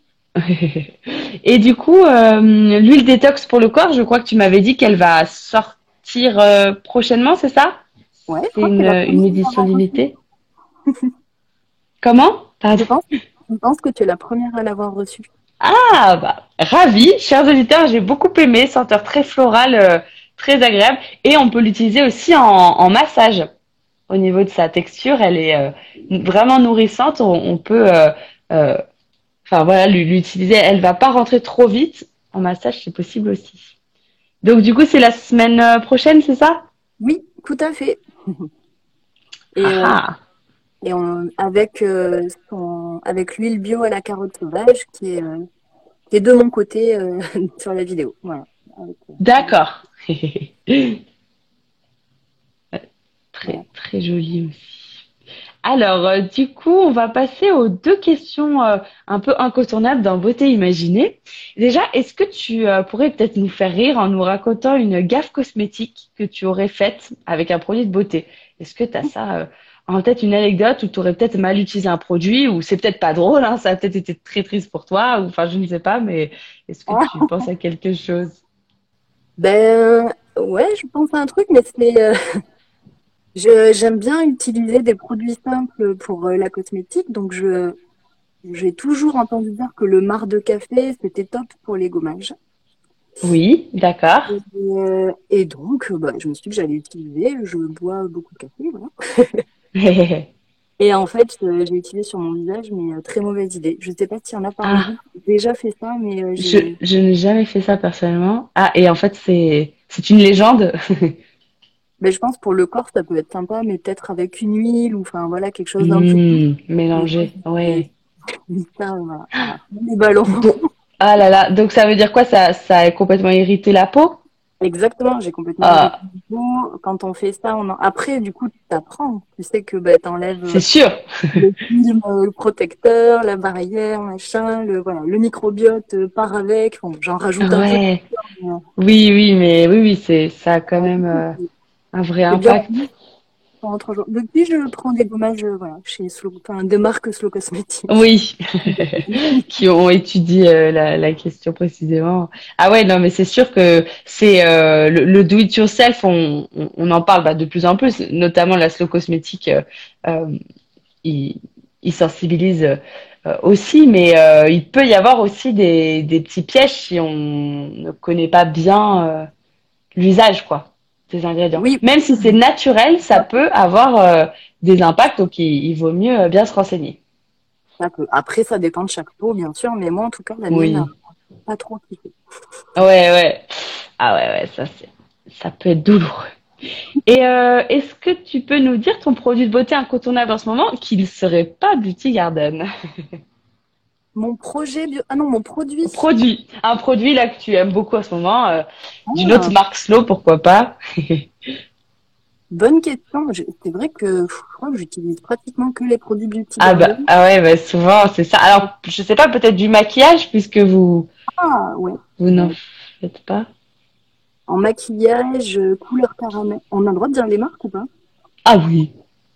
Et du coup, euh, l'huile détox pour le corps, je crois que tu m'avais dit qu'elle va sortir euh, prochainement, c'est ça? Ouais, je C'est crois que une, c'est la une première à édition l'avoir reçue. limitée. Comment? Je Pardon. pense, je pense que tu es la première à l'avoir reçue. Ah, bah, ravi, chers auditeurs, j'ai beaucoup aimé, senteur très florale, euh, très agréable. Et on peut l'utiliser aussi en, en massage. Au niveau de sa texture, elle est euh, vraiment nourrissante. On, on peut, euh, euh, enfin voilà, l'u- l'utiliser. Elle va pas rentrer trop vite. En massage, c'est possible aussi. Donc du coup, c'est la semaine euh, prochaine, c'est ça? Oui, tout à fait. Et, Ah euh, ah. et on, avec, euh, son, avec l'huile bio à la carotte sauvage qui est, euh, qui est de mon côté euh, sur la vidéo. Voilà. Avec, euh, avec- D'accord. voilà. Très très joli aussi. Alors, euh, du coup, on va passer aux deux questions euh, un peu incontournables dans Beauté Imaginée. Déjà, est-ce que tu euh, pourrais peut-être nous faire rire en nous racontant une gaffe cosmétique que tu aurais faite avec un produit de beauté? Est-ce que tu as ça euh, en tête, une anecdote où tu aurais peut-être mal utilisé un produit ou c'est peut-être pas drôle, hein, ça a peut-être été très triste pour toi ou enfin je ne sais pas, mais est-ce que tu Ah, penses à quelque chose? ben ouais, je pense à un truc, mais c'est euh, je, j'aime bien utiliser des produits simples pour euh, la cosmétique, donc je j'ai toujours entendu dire que le marc de café c'était top pour les gommages. Oui, d'accord. Et, euh, et donc, euh, bah, je me suis dit que j'allais utiliser. Je bois beaucoup de café, voilà. Et en fait, euh, j'ai utilisé sur mon visage, mais euh, très mauvaise idée. Je ne sais pas s'il y en a parmi vous Ah. qui ont déjà fait ça, mais euh, Je, j'ai. je n'ai jamais fait ça personnellement. Ah, et en fait, c'est, c'est une légende. Ben, je pense pour le corps, ça peut être sympa, mais peut-être avec une huile ou enfin voilà quelque chose d'un peu plus. Hmm, Et moi, mélangé, j'ai ouais. mis ça voilà, à fond les ballons. Donc, ah là là, donc ça veut dire quoi? Ça, ça a complètement irrité la peau? Exactement, j'ai complètement irrité Ah, le peau. Quand on fait ça, on en... après, du coup, tu t'apprends. Tu sais que ben, c'est t'enlèves sûr. le film, euh, le protecteur, la barrière, machin, le, voilà, le microbiote euh, part avec. Bon, j'en rajoute un peu. Ouais. Mais, euh, Oui, oui, mais oui, oui, c'est, ça a quand même euh, un vrai c'est bien impact. pendant trois jours. Depuis, je prends des gommages, euh, voilà, chez Slow, enfin, de marque Slow Cosmétiques. Oui, qui ont étudié euh, la, la question précisément. Ah ouais, non, mais c'est sûr que c'est euh, le, le do it yourself, on, on, on en parle bah, de plus en plus, notamment la slow cosmétique, euh, euh, il, il sensibilise euh, aussi, mais euh, il peut y avoir aussi des, des petits pièges si on ne connaît pas bien euh, l'usage, quoi. tes ingrédients. Oui. Même si c'est naturel, ça peut avoir euh, des impacts, donc il, il vaut mieux euh, bien se renseigner. Ça peut. Après, ça dépend de chaque peau, bien sûr, mais moi, en tout cas, la mienne n'a Oui. pas trop kiffé. Ouais, ouais. Ah ouais, ouais, ça c'est, ça peut être douloureux. Et euh, est-ce que tu peux nous dire ton produit de beauté incontournable en ce moment, qui ne serait pas Beauty Garden? Mon projet bio... Ah non, mon produit. Produit, un produit là que tu aimes beaucoup en ce moment, euh, d'une autre Ah, marque Slow, pourquoi pas? bonne question. Je- C'est vrai que pff, je crois que j'utilise pratiquement que les produits Beauty Ah bah, Garden. ah ouais, bah souvent c'est ça. Alors, je sais pas, peut-être du maquillage puisque vous Ah, ouais. vous n'en Euh, faites pas. en maquillage, euh, couleur caramel. On a le droit de dire les marques ou pas? Ah oui.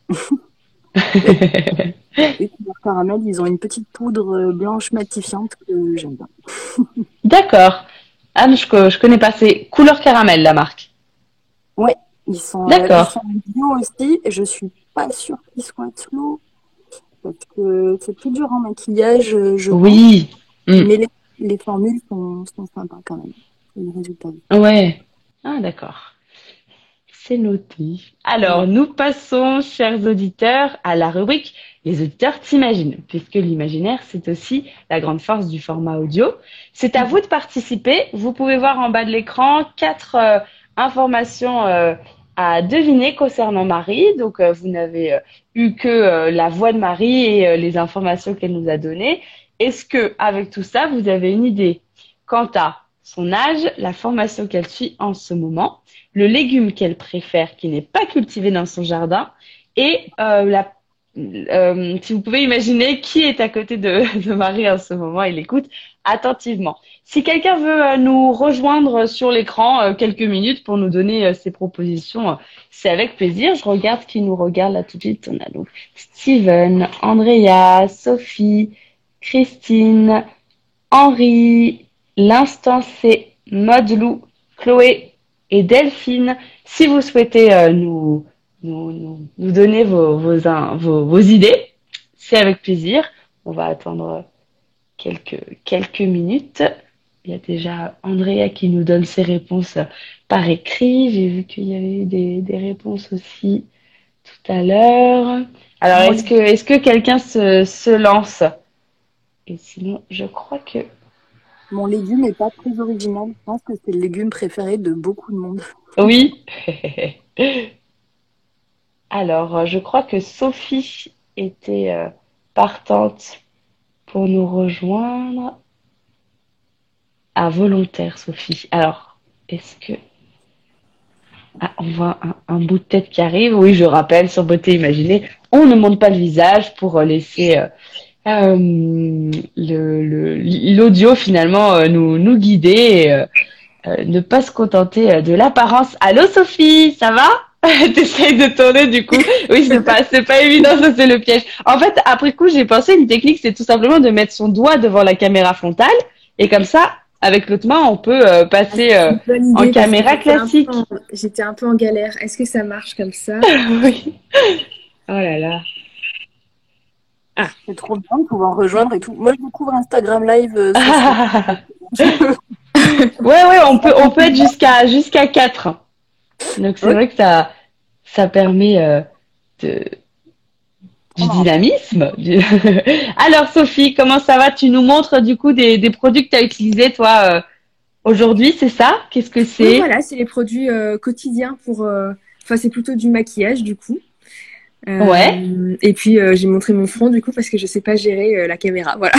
Et couleur caramel, ils ont une petite poudre euh, blanche matifiante que j'aime bien. D'accord. Ah, mais je, co- je connais pas. C'est couleur caramel la marque. Ouais, ils sont, euh, ils D'accord. sont bio aussi. Et je suis pas sûre qu'ils soient slow parce que c'est plus dur en maquillage, euh, je pense. Oui. Hmm. Mais les, les formules sont, sont sympas quand même. Les résultats. Ouais. Ah, d'accord. C'est noté. Ouais. Alors, nous passons, chers auditeurs, à la rubrique Les auditeurs t'imaginent, puisque l'imaginaire, c'est aussi la grande force du format audio. C'est à vous de participer. Vous pouvez voir en bas de l'écran quatre euh, informations euh, à deviner concernant Marie. Donc, euh, vous n'avez euh, eu que euh, la voix de Marie et euh, les informations qu'elle nous a données. Est-ce que, avec tout ça, vous avez une idée quant à son âge, la formation qu'elle suit en ce moment, le légume qu'elle préfère qui n'est pas cultivé dans son jardin et euh, la, euh, si vous pouvez imaginer qui est à côté de, de Marie en ce moment et l'écoute attentivement. Si quelqu'un veut euh, nous rejoindre sur l'écran euh, quelques minutes pour nous donner euh, ses propositions, euh, c'est avec plaisir. Je regarde qui nous regarde là tout de suite. On a donc Steven, Andrea, Sophie, Christine, Henri, l'instant c'est Maudelou, Chloé et Delphine. Si vous souhaitez euh, nous, nous, nous, nous donner vos, vos, in- vos, vos idées, c'est avec plaisir. On va attendre quelques, quelques minutes. Il y a déjà Andrea qui nous donne ses réponses par écrit. J'ai vu qu'il y avait eu des, des réponses aussi tout à l'heure. Alors, Mon, est-ce que, est-ce que quelqu'un se, se lance? Et sinon, je crois que mon légume n'est pas très original. Je pense que c'est le légume préféré de beaucoup de monde. oui. Alors, euh, je crois que Sophie était euh, partante pour nous rejoindre. Ah, volontaire, Sophie. Alors, est-ce que... Ah, on voit un, un bout de tête qui arrive. Oui, je rappelle, sur Beauté Imaginée, on ne monte pas le visage pour euh, laisser euh, euh, le, le- l'audio finalement euh, nous, nous guider et euh, euh, ne pas se contenter euh, de l'apparence. Allô, Sophie, ça va? T'essayes de tourner du coup. Oui, c'est pas, c'est pas évident, ça c'est le piège. En fait, après coup, j'ai pensé une technique, c'est tout simplement de mettre son doigt devant la caméra frontale et comme ça, avec l'autre main, on peut euh, Ah, passer c'est euh, une bonne en idée parce que caméra j'étais un peu classique. en, j'étais un peu en galère. Est-ce que ça marche comme ça? Oui. Oh là là. Ah. C'est trop bien de pouvoir rejoindre et tout. Moi, je découvre Instagram Live euh, ce soir. Ouais, ouais, on peut, on peut être jusqu'à jusqu'à quatre. Donc c'est Oui. vrai que ça, ça permet euh, de, du dynamisme. du- Alors Sophie, comment ça va? Tu nous montres du coup des, des produits que tu as utilisés toi euh, aujourd'hui, c'est ça? Qu'est-ce que Oui, c'est? voilà, c'est les produits euh, quotidiens pour. euh, Enfin, c'est plutôt du maquillage du coup. Ouais. Euh, et puis euh, j'ai montré mon front du coup parce que je sais pas gérer euh, la caméra. Voilà.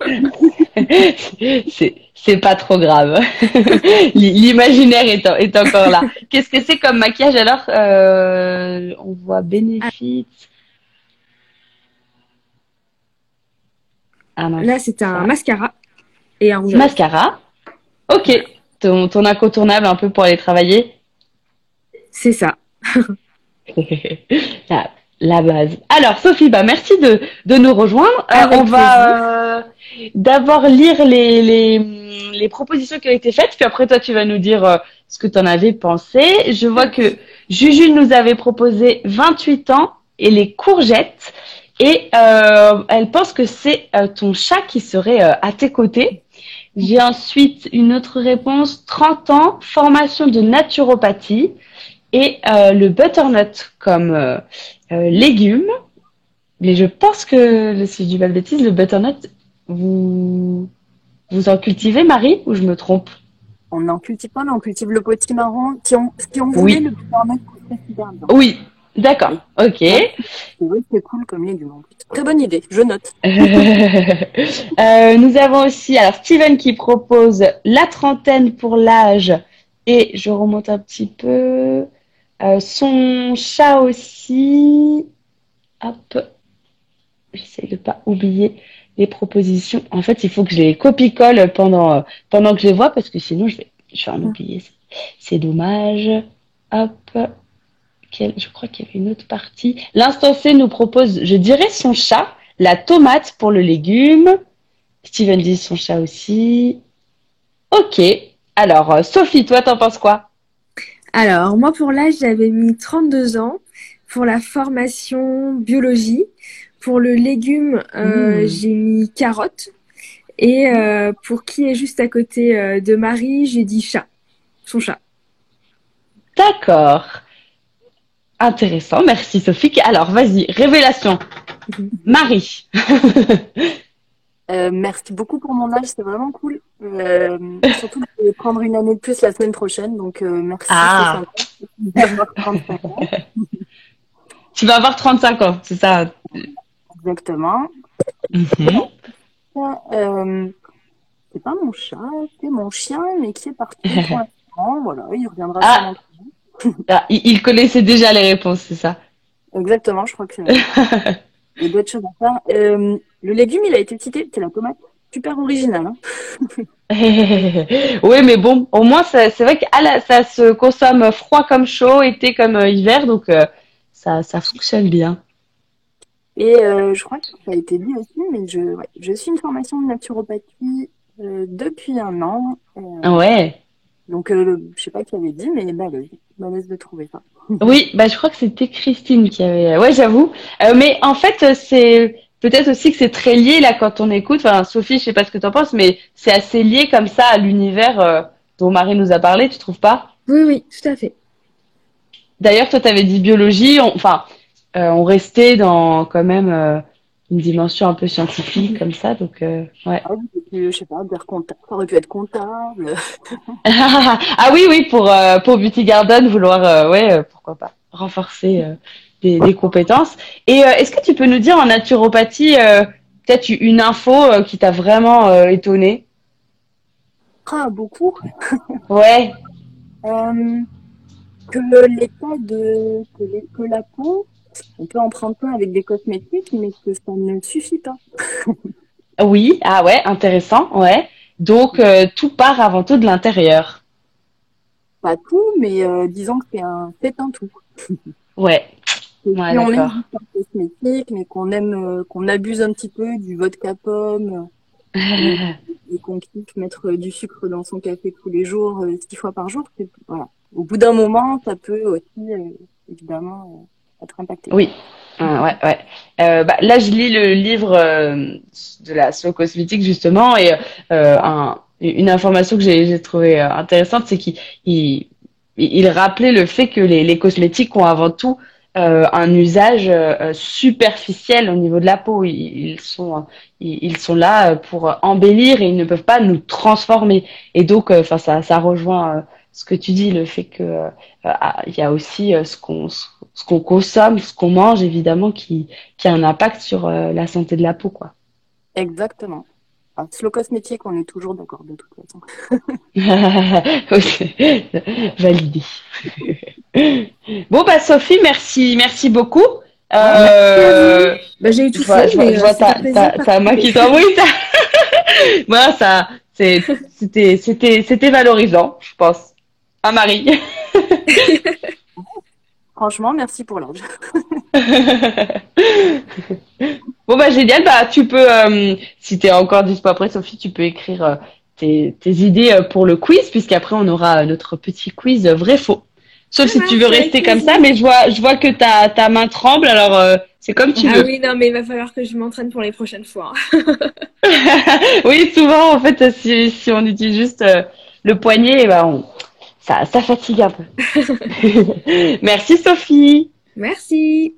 C'est, c'est pas trop grave. L'imaginaire est, en- est encore là. Qu'est-ce que c'est comme maquillage alors? Euh, on voit Ah, Benefit. Ah mince, là, c'est un ça. mascara et un rouge à lèvres. Mascara. Ok. Voilà, Ton, ton incontournable un peu pour aller travailler. c'est ça. La, la base. Alors, Sophie, bah, merci de, de nous rejoindre. Euh, on Avec plaisir. va euh, d'abord lire les, les, les propositions qui ont été faites, puis après, toi, tu vas nous dire euh, ce que tu en avais pensé. Je vois que Juju nous avait proposé vingt-huit ans et les courgettes. Et euh, elle pense que c'est euh, ton chat qui serait euh, à tes côtés. J'ai ensuite une autre réponse, trente ans, formation de naturopathie. et euh, le butternut comme euh, euh, légume. Mais je pense que, si je dis pas de bêtises, le butternut, vous, vous en cultivez, Marie, ou je me trompe? On n'en cultive pas, mais on cultive le potimarron. Si on, si on voulait, Oui. le butternut serait super bien. Oui, d'accord, ok. C'est vrai que c'est cool comme légume en plus. Très bonne idée, je note. Euh, nous avons aussi, alors Steven qui propose la trentaine pour l'âge, et je remonte un petit peu, euh, son chat aussi. Hop, j'essaie de pas oublier les propositions. En fait, il faut que je les copie-colle pendant, euh, pendant que je les vois, parce que sinon je vais, je vais en oublier. C'est dommage. Hop. Quel- je crois qu'il y avait une autre partie. L'instant C nous propose, je dirais son chat, la tomate pour le légume. Steven dit son chat aussi. Ok. Alors, euh, Sophie, toi, t'en penses quoi? Alors, moi, pour l'âge, j'avais mis trente-deux ans. Pour la formation biologie, pour le légume, euh, Mmh. j'ai mis carotte. Et euh, pour qui est juste à côté euh, de Marie, j'ai dit chat. Son chat. D'accord. Intéressant. Merci, Sophie. Alors, vas-y, révélation. Marie. Euh, merci beaucoup pour mon âge, c'est vraiment cool. Euh, surtout que je vais prendre une année de plus la semaine prochaine, donc euh, merci, Ah, c'est sympa. D'avoir trente-cinq ans, tu vas avoir trente-cinq ans, c'est ça? exactement. Mhm. Euh, c'est pas mon chat, c'est mon chien, mais qui est parti pour l'instant. Voilà, il reviendra Ah, sûrement. ah, il il connaissait déjà les réponses, c'est ça? Exactement, je crois que c'est il y a d'autres choses à faire. Euh, le légume, il a été cité, c'est la tomate. Super original, hein. Oui, mais bon, au moins, ça- c'est vrai que ah là, ça se consomme froid comme chaud, été comme euh, hiver, donc euh, ça, ça fonctionne bien. Et euh, je crois que ça a été dit aussi, mais je, ouais, je suis une formation de naturopathie euh, depuis un an. Euh, Ouais. donc, euh, je sais pas qui avait dit, mais bah, le- bah, laisse de trouver ça. Oui, bah je crois que c'était Christine qui avait. Ouais, j'avoue. Euh, mais en fait, euh, c'est peut-être aussi que c'est très lié là quand on écoute. Enfin, Sophie, je sais pas ce que tu en penses, mais c'est assez lié comme ça à l'univers euh, dont Marie nous a parlé. Tu trouves pas? Oui, oui, tout à fait. D'ailleurs, toi, tu avais dit biologie. on- Enfin, euh, on restait dans quand même euh, une dimension un peu scientifique comme ça. Donc, euh, ouais. Ah oui, et puis, je sais pas, dire comptable, ça aurait pu être comptable. Ah oui, oui, pour, euh, pour Beauty Garden, vouloir, euh, ouais, euh, pourquoi pas, renforcer euh, des, des compétences. Et euh, est-ce que tu peux nous dire en naturopathie, euh, peut-être une info euh, qui t'a vraiment euh, étonné? Ah, beaucoup. Ouais, Euh, que l'état de que, les- que la peau, on peut en prendre plein avec des cosmétiques, mais que ça ne suffit pas. oui, ah ouais, intéressant, ouais. Donc, euh, tout part avant tout de l'intérieur. Pas tout, mais euh, disons que c'est un, c'est un tout. Ouais, Et ouais, si on est d'accord. juste un cosmétique, mais qu'on aime, euh, qu'on abuse un petit peu du vodka pomme et, et qu'on kiffe mettre du sucre dans son café tous les jours, euh, six fois par jour, c'est, voilà. Au bout d'un moment, ça peut aussi, euh, évidemment, euh, être impacté. Oui, ah, ouais, ouais. Euh, bah, là, je lis le livre euh, de la slow cosmétique justement et euh, un, une information que j'ai j'ai trouvée euh, intéressante, c'est qu'il il, il rappelait le fait que les, les cosmétiques ont avant tout euh, un usage euh, superficiel au niveau de la peau. Ils, ils sont ils, ils sont là euh, pour embellir et ils ne peuvent pas nous transformer. Et donc, euh, enfin, ça ça rejoint euh, ce que tu dis, le fait que euh, ah, il y a aussi euh, ce qu'on ce qu'on consomme, ce qu'on mange, évidemment, qui, qui a un impact sur euh, la santé de la peau, quoi. Exactement. Enfin, slow cosmétique, on est toujours d'accord de toute façon. Ok. Validé. Bon, bah, Sophie, merci, merci beaucoup. Euh, Bah, j'ai eu je tout vois, faux, je vois, mais je euh, vois c'était un ta, plaisir ta, ta main qui partagé. t'envoie. Moi, ça, c'est, c'était, c'était, c'était valorisant, je pense. Ah, Marie. Franchement, merci pour l'âge. Bon bah génial, bah tu peux, euh, si t'es encore dispo après Sophie, tu peux écrire euh, tes, tes idées euh, pour le quiz, puisqu'après on aura euh, notre petit quiz euh, vrai-faux. Ça Sauf si tu veux marche, avec rester comme ça, plaisir. mais je vois, je vois que ta, ta main tremble, alors euh, c'est comme tu Ah veux. oui, non, mais il va falloir que je m'entraîne pour les prochaines fois. Oui, souvent en fait, si, si on utilise juste euh, le poignet, eh ben, on, ça, ça fatigue un peu. Merci Sophie. Merci.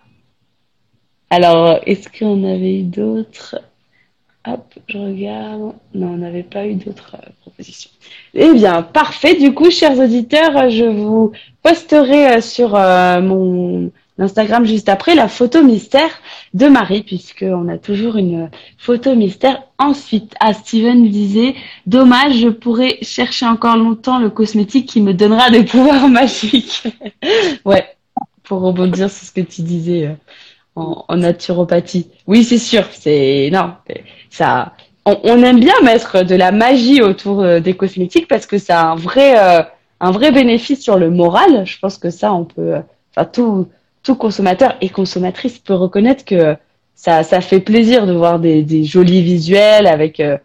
Alors, est-ce qu'on avait eu d'autres? Hop, je regarde. Non, on n'avait pas eu d'autres euh, propositions. Eh bien, parfait. Du coup, chers auditeurs, je vous posterai euh, sur euh, mon Instagram juste après la photo mystère de Marie, puisqu'on a toujours une photo mystère. Ensuite, à Steven disait, dommage, je pourrais chercher encore longtemps le cosmétique qui me donnera des pouvoirs magiques. Ouais, pour rebondir sur ce que tu disais. Euh, En, en naturopathie. Oui, c'est sûr. C'est non, ça. On, on aime bien mettre de la magie autour euh, des cosmétiques parce que ça a un vrai, euh, un vrai bénéfice sur le moral. Je pense que ça, on peut, euh, enfin tout, tout consommateur et consommatrice peut reconnaître que ça, ça fait plaisir de voir des, des jolis visuels avec euh,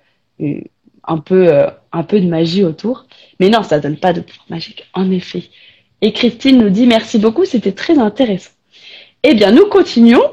un peu, euh, un peu de magie autour. Mais non, ça donne pas de pouvoir magique, en effet. Et Christine nous dit merci beaucoup, c'était très intéressant. Eh bien, nous continuons.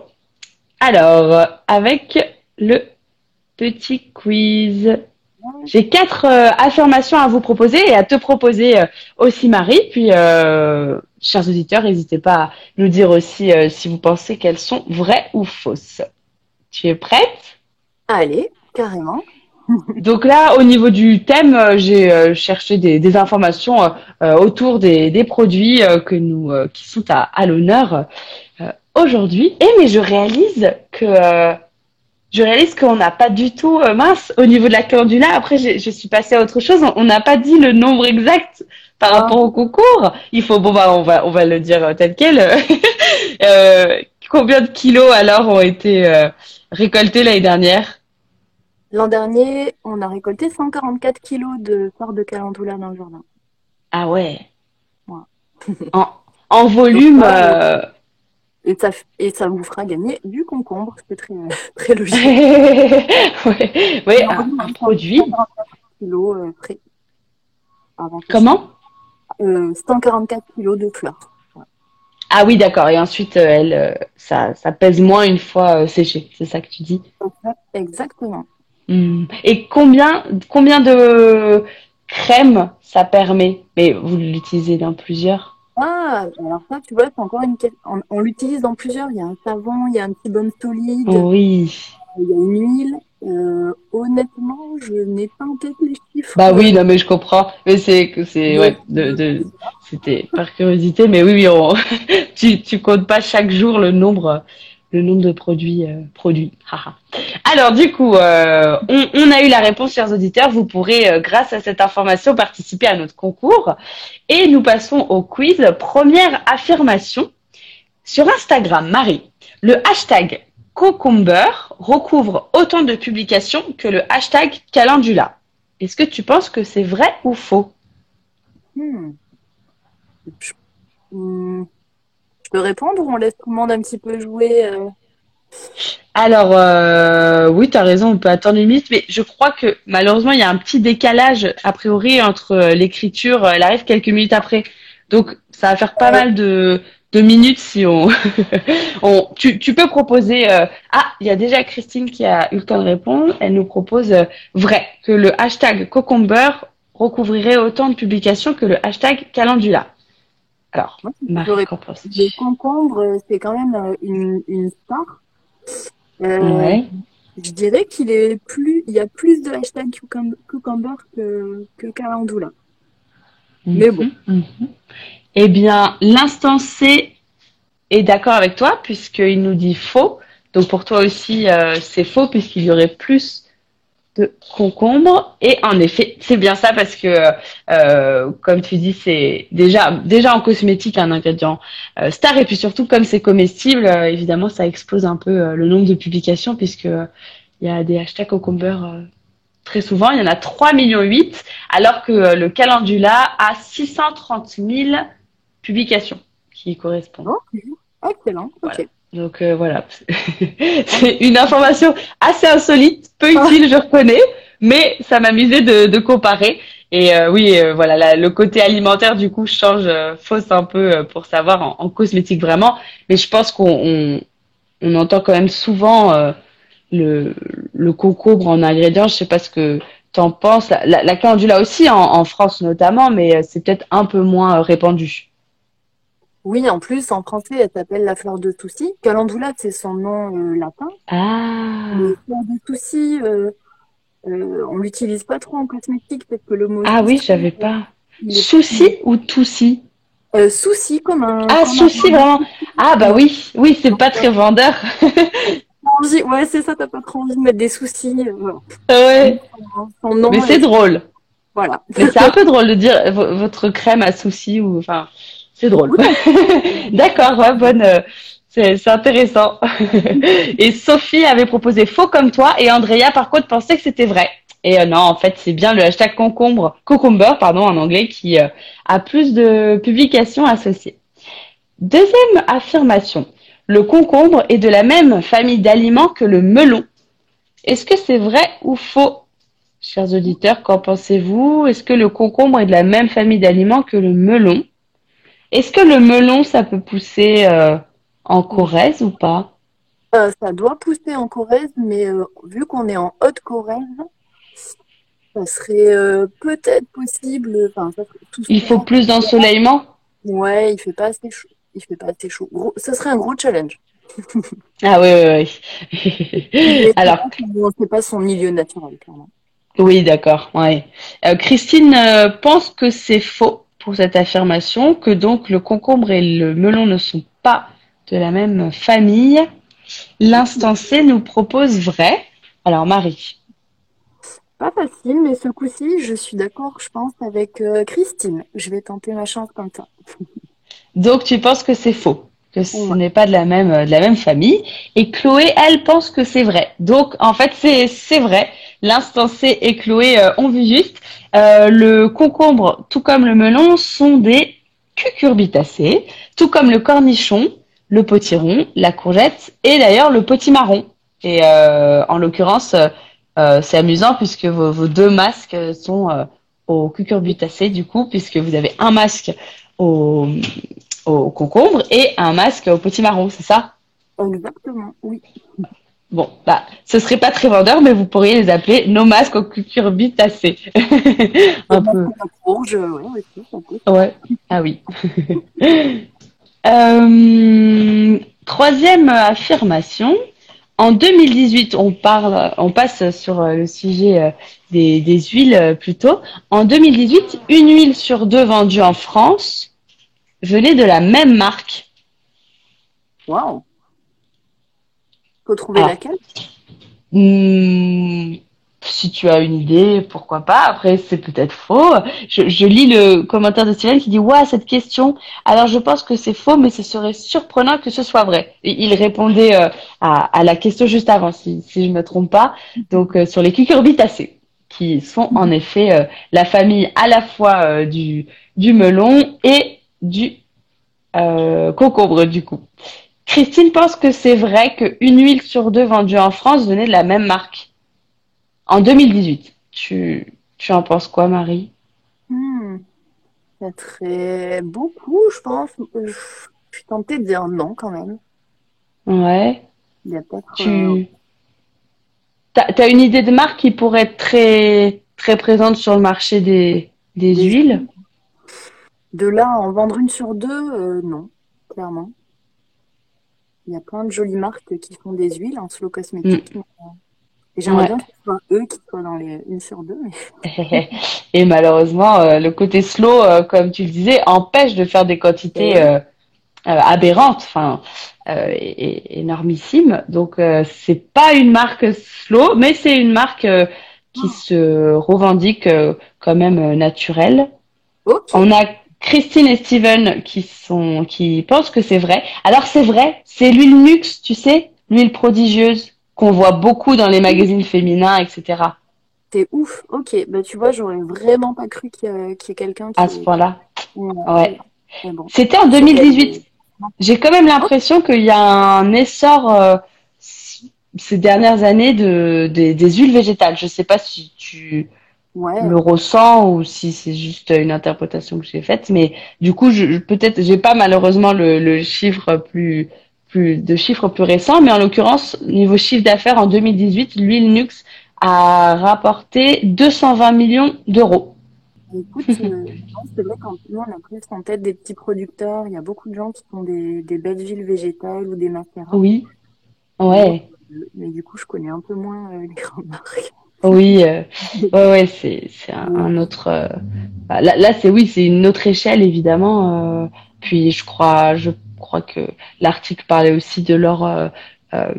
Alors, avec le petit quiz. J'ai quatre euh, affirmations à vous proposer et à te proposer euh, aussi, Marie. Puis, euh, chers auditeurs, n'hésitez pas à nous dire aussi euh, si vous pensez qu'elles sont vraies ou fausses. Tu es prête? Allez, carrément. Donc là, au niveau du thème, euh, j'ai euh, cherché des, des informations euh, euh, autour des, des produits euh, que nous, euh, qui sont à, à l'honneur euh, aujourd'hui. Et mais je réalise que euh, je réalise qu'on n'a pas du tout euh, mince au niveau de la calendula. Après, je, je suis passée à autre chose. On n'a pas dit le nombre exact par rapport au concours. Il faut bon bah on va on va le dire euh, tel quel. euh, combien de kilos alors ont été euh, récoltés l'année dernière? L'an dernier, on a récolté cent quarante-quatre kilos de fleurs de calendula dans le jardin. Ah ouais. Ouais. En, en volume. Donc, Euh... Et ça, et ça vous fera gagner du concombre, c'est très, très logique. ouais, ouais un, un produit. cent quarante-quatre kilos euh, prêt. Comment euh, cent quarante-quatre kilos de fleurs. Ouais. Ah oui, d'accord. Et ensuite, euh, elle, euh, ça, ça pèse moins une fois euh, séché. C'est ça que tu dis? Exactement. Mmh. Et combien, combien de crème ça permet? Mais vous l'utilisez dans plusieurs? Ah, alors ça, tu vois, c'est encore une question. On, on l'utilise dans plusieurs. Il y a un savon, il y a un petit baume solide, oui. Il y a une huile. Euh, honnêtement, je n'ai pas en tête les chiffres. Bah oui, non mais je comprends. Mais c'est que c'est ouais, de, de c'était par curiosité. Mais oui, oui, on, tu tu comptes pas chaque jour le nombre le nombre de produits euh, produits. Alors du coup, euh, on, on a eu la réponse, chers auditeurs. Vous pourrez, euh, grâce à cette information, participer à notre concours. Et nous passons au quiz. Première affirmation sur Instagram, Marie. Le hashtag Cucumber recouvre autant de publications que le hashtag Calendula. Est-ce que tu penses que c'est vrai ou faux? hmm. Je... Hmm. Je peux répondre ou on laisse tout le monde un petit peu jouer euh... Alors, euh, oui, tu as raison, on peut attendre une minute, mais je crois que malheureusement, il y a un petit décalage, a priori, entre l'écriture, elle arrive quelques minutes après. Donc, ça va faire pas ouais. mal de, de minutes si on... on tu, tu peux proposer... Euh... Ah, il y a déjà Christine qui a eu le temps de répondre. Elle nous propose euh, vrai, que le hashtag Cucumber recouvrirait autant de publications que le hashtag Calendula. Alors, Marie, qu'en penses-tu? Le concombre, c'est quand même une, une star. Euh, ouais. Je dirais qu'il est plus, il y a plus de hashtag cucumber que, que calendula. Mm-hmm, Mais bon. Mm-hmm. Eh bien, l'instant C est d'accord avec toi puisqu'il nous dit faux. Donc pour toi aussi, euh, c'est faux puisqu'il y aurait plus de concombre. Et en effet, c'est bien ça parce que, euh, comme tu dis, c'est déjà déjà en cosmétique un ingrédient euh, star. Et puis surtout, comme c'est comestible, euh, évidemment, ça explose un peu euh, le nombre de publications puisque euh, il y a des hashtags concomber euh, très souvent. Il y en a trois virgule huit millions, alors que euh, le calendula a six cent trente mille publications qui y correspondent. Oh, excellent. Voilà. Ok. Donc euh, voilà, c'est une information assez insolite, peu utile, je reconnais, mais ça m'amusait de, de comparer. Et euh, oui, euh, voilà, la, le côté alimentaire du coup change, euh, fausse un peu euh, pour savoir en, en cosmétique vraiment. Mais je pense qu'on on, on entend quand même souvent euh, le, le concombre en ingrédient. Je sais pas ce que t'en penses? La, la, la calendula aussi, en, en France notamment, mais euh, c'est peut-être un peu moins euh, répandu. Oui, en plus, en français, elle s'appelle la fleur de Toucy. Calendula, c'est son nom euh, latin. Ah, Mais fleur de Toucy, euh, euh, on l'utilise pas trop en cosmétique parce que le mot ah oui, souci, j'avais euh, pas. il est Souci ou toussi? euh, souci comme un Ah, comme un souci, vraiment. Ah, bah ouais. oui, oui, c'est Donc, pas euh, très vendeur. envie- ouais, c'est ça, t'as pas trop envie de mettre des soucis. euh, voilà. Ouais, Son, son mais nom c'est est drôle. voilà. Mais c'est un peu drôle de dire euh, vo- votre crème à souci ou, enfin, c'est drôle. Oui, D'accord, ouais, bonne. euh, c'est c'est intéressant. Et Sophie avait proposé faux comme toi et Andrea par contre pensait que c'était vrai. Et euh, non, en fait, c'est bien le hashtag concombre, cucumber, pardon, en anglais, qui euh, a plus de publications associées. Deuxième affirmation. Le concombre est de la même famille d'aliments que le melon. Est-ce que c'est vrai ou faux, chers auditeurs? Qu'en pensez-vous? Est-ce que le concombre est de la même famille d'aliments que le melon? Est-ce que le melon, ça peut pousser euh, en Corrèze ou pas? euh, ça doit pousser en Corrèze, mais euh, vu qu'on est en Haute-Corrèze, ça serait euh, peut-être possible. Enfin, ça serait tout Il faut simplement. plus d'ensoleillement? Ouais, il fait pas assez chaud. Il fait pas assez chaud. Gros, ce serait un gros challenge. Ah oui, oui, oui. Mais c'est Alors, pas son- c'est pas son milieu naturel, clairement. oui, d'accord. Ouais. Euh, Christine euh, pense que c'est faux pour cette affirmation, que donc le concombre et le melon ne sont pas de la même famille. L'instant C nous propose vrai. Alors, Marie. Pas facile, mais ce coup-ci, je suis d'accord, je pense, avec euh, Christine. Je vais tenter ma chance comme ça. Donc, tu penses que c'est faux, que ce Ouais. n'est pas de la même, euh, de la même famille. Et Chloé, elle, pense que c'est vrai. Donc, en fait, c'est, c'est vrai. L'instant C et Chloé euh, ont vu juste. Euh, le concombre, tout comme le melon, sont des cucurbitacées, tout comme le cornichon, le potiron, la courgette et d'ailleurs le potimarron. Et euh, en l'occurrence, euh, euh, c'est amusant puisque vos, vos deux masques sont euh, au cucurbitacées du coup, puisque vous avez un masque au, au concombre et un masque au potimarron, c'est ça? Exactement, oui. Bon, bah, ce serait pas très vendeur, mais vous pourriez les appeler nos masques au cucurbitacées. Et Un moi, peu. c'est la courge, ouais, aussi, ça peut. Ouais. Ah oui. Euh, troisième affirmation. En deux mille dix-huit, on parle, on passe sur euh, le sujet euh, des, des huiles euh, plutôt. En deux mille dix-huit, une huile sur deux vendue en France venait de la même marque. Waouh. Faut trouver Alors, laquelle? hmm, si tu as une idée, pourquoi pas. Après, c'est peut-être faux. Je, je lis le commentaire de Steven qui dit: Ouah, cette question. Alors, je pense que c'est faux, mais ce serait surprenant que ce soit vrai. Et il répondait euh, à, à la question juste avant, si, si je me trompe pas. Donc, euh, sur les cucurbitacées, qui sont en effet euh, la famille à la fois euh, du, du melon et du euh, concombre, du coup. Christine pense que c'est vrai qu'une huile sur deux vendue en France venait de la même marque. En deux mille dix-huit. Tu, tu en penses quoi, Marie? Hmm, ça serait beaucoup, je pense. Je je suis tentée de dire non quand même. Ouais. Il y a peut-être. euh, Tu t'as, t'as une idée de marque qui pourrait être très, très présente sur le marché des, des des huiles? De là à en vendre une sur deux, euh, non, clairement. Il y a plein de jolies marques qui font des huiles en slow Mm. cosmétique. mais, euh, Et j'aimerais Ouais. bien que ce soit eux qui soient dans les une sur deux. Mais... Et malheureusement, euh, le côté slow, euh, comme tu le disais, empêche de faire des quantités Et euh, euh, aberrantes, enfin, euh, et, et énormissimes. Donc, euh, c'est pas une marque slow, mais c'est une marque euh, qui se revendique euh, quand même euh, naturelle. Ok. On a Christine et Steven qui sont, qui pensent que c'est vrai. Alors c'est vrai, c'est l'huile Nuxe, tu sais, l'huile prodigieuse qu'on voit beaucoup dans les magazines féminins, et cetera. C'est ouf. Ok. Bah, tu vois, j'aurais vraiment pas cru qu'il y, a- qu'il y ait quelqu'un À qui. ce point-là. Ouais, Ouais. mais bon. C'était en C'est qu'elle- deux mille dix-huit. J'ai quand même l'impression qu'il y a un essor euh, ces dernières années de, des, des huiles végétales. Je sais pas si tu Ouais. le ressens ou si c'est juste une interprétation que j'ai faite, mais du coup, je, je- peut-être, j'ai pas malheureusement le, le chiffre plus, plus de chiffres plus récents, mais en l'occurrence, niveau chiffre d'affaires en deux mille dix-huit, l'huile Nuxe a rapporté deux cent vingt millions d'euros. Écoute, euh, c'est vrai qu'en nous, on a plus en tête des petits producteurs. Il y a beaucoup de gens qui font des, des belles huiles végétales ou des macérats. Oui, Mais, moi, ouais, euh, mais du coup, je connais un peu moins euh, les grandes marques. oui, euh, ouais, ouais, c'est c'est un, un autre. euh, bah, là, là, c'est oui, c'est une autre échelle évidemment. euh, puis je crois, je crois que l'article parlait aussi de leur euh, euh,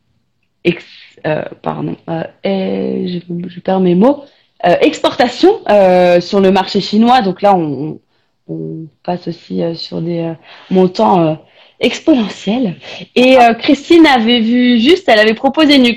ex, euh, pardon, euh, et je, je perds mes mots, euh, exportation euh, sur le marché chinois. Donc là, on, on passe aussi euh, sur des euh, montants euh, exponentiels. Et euh, Christine avait vu juste, elle avait proposé Nux.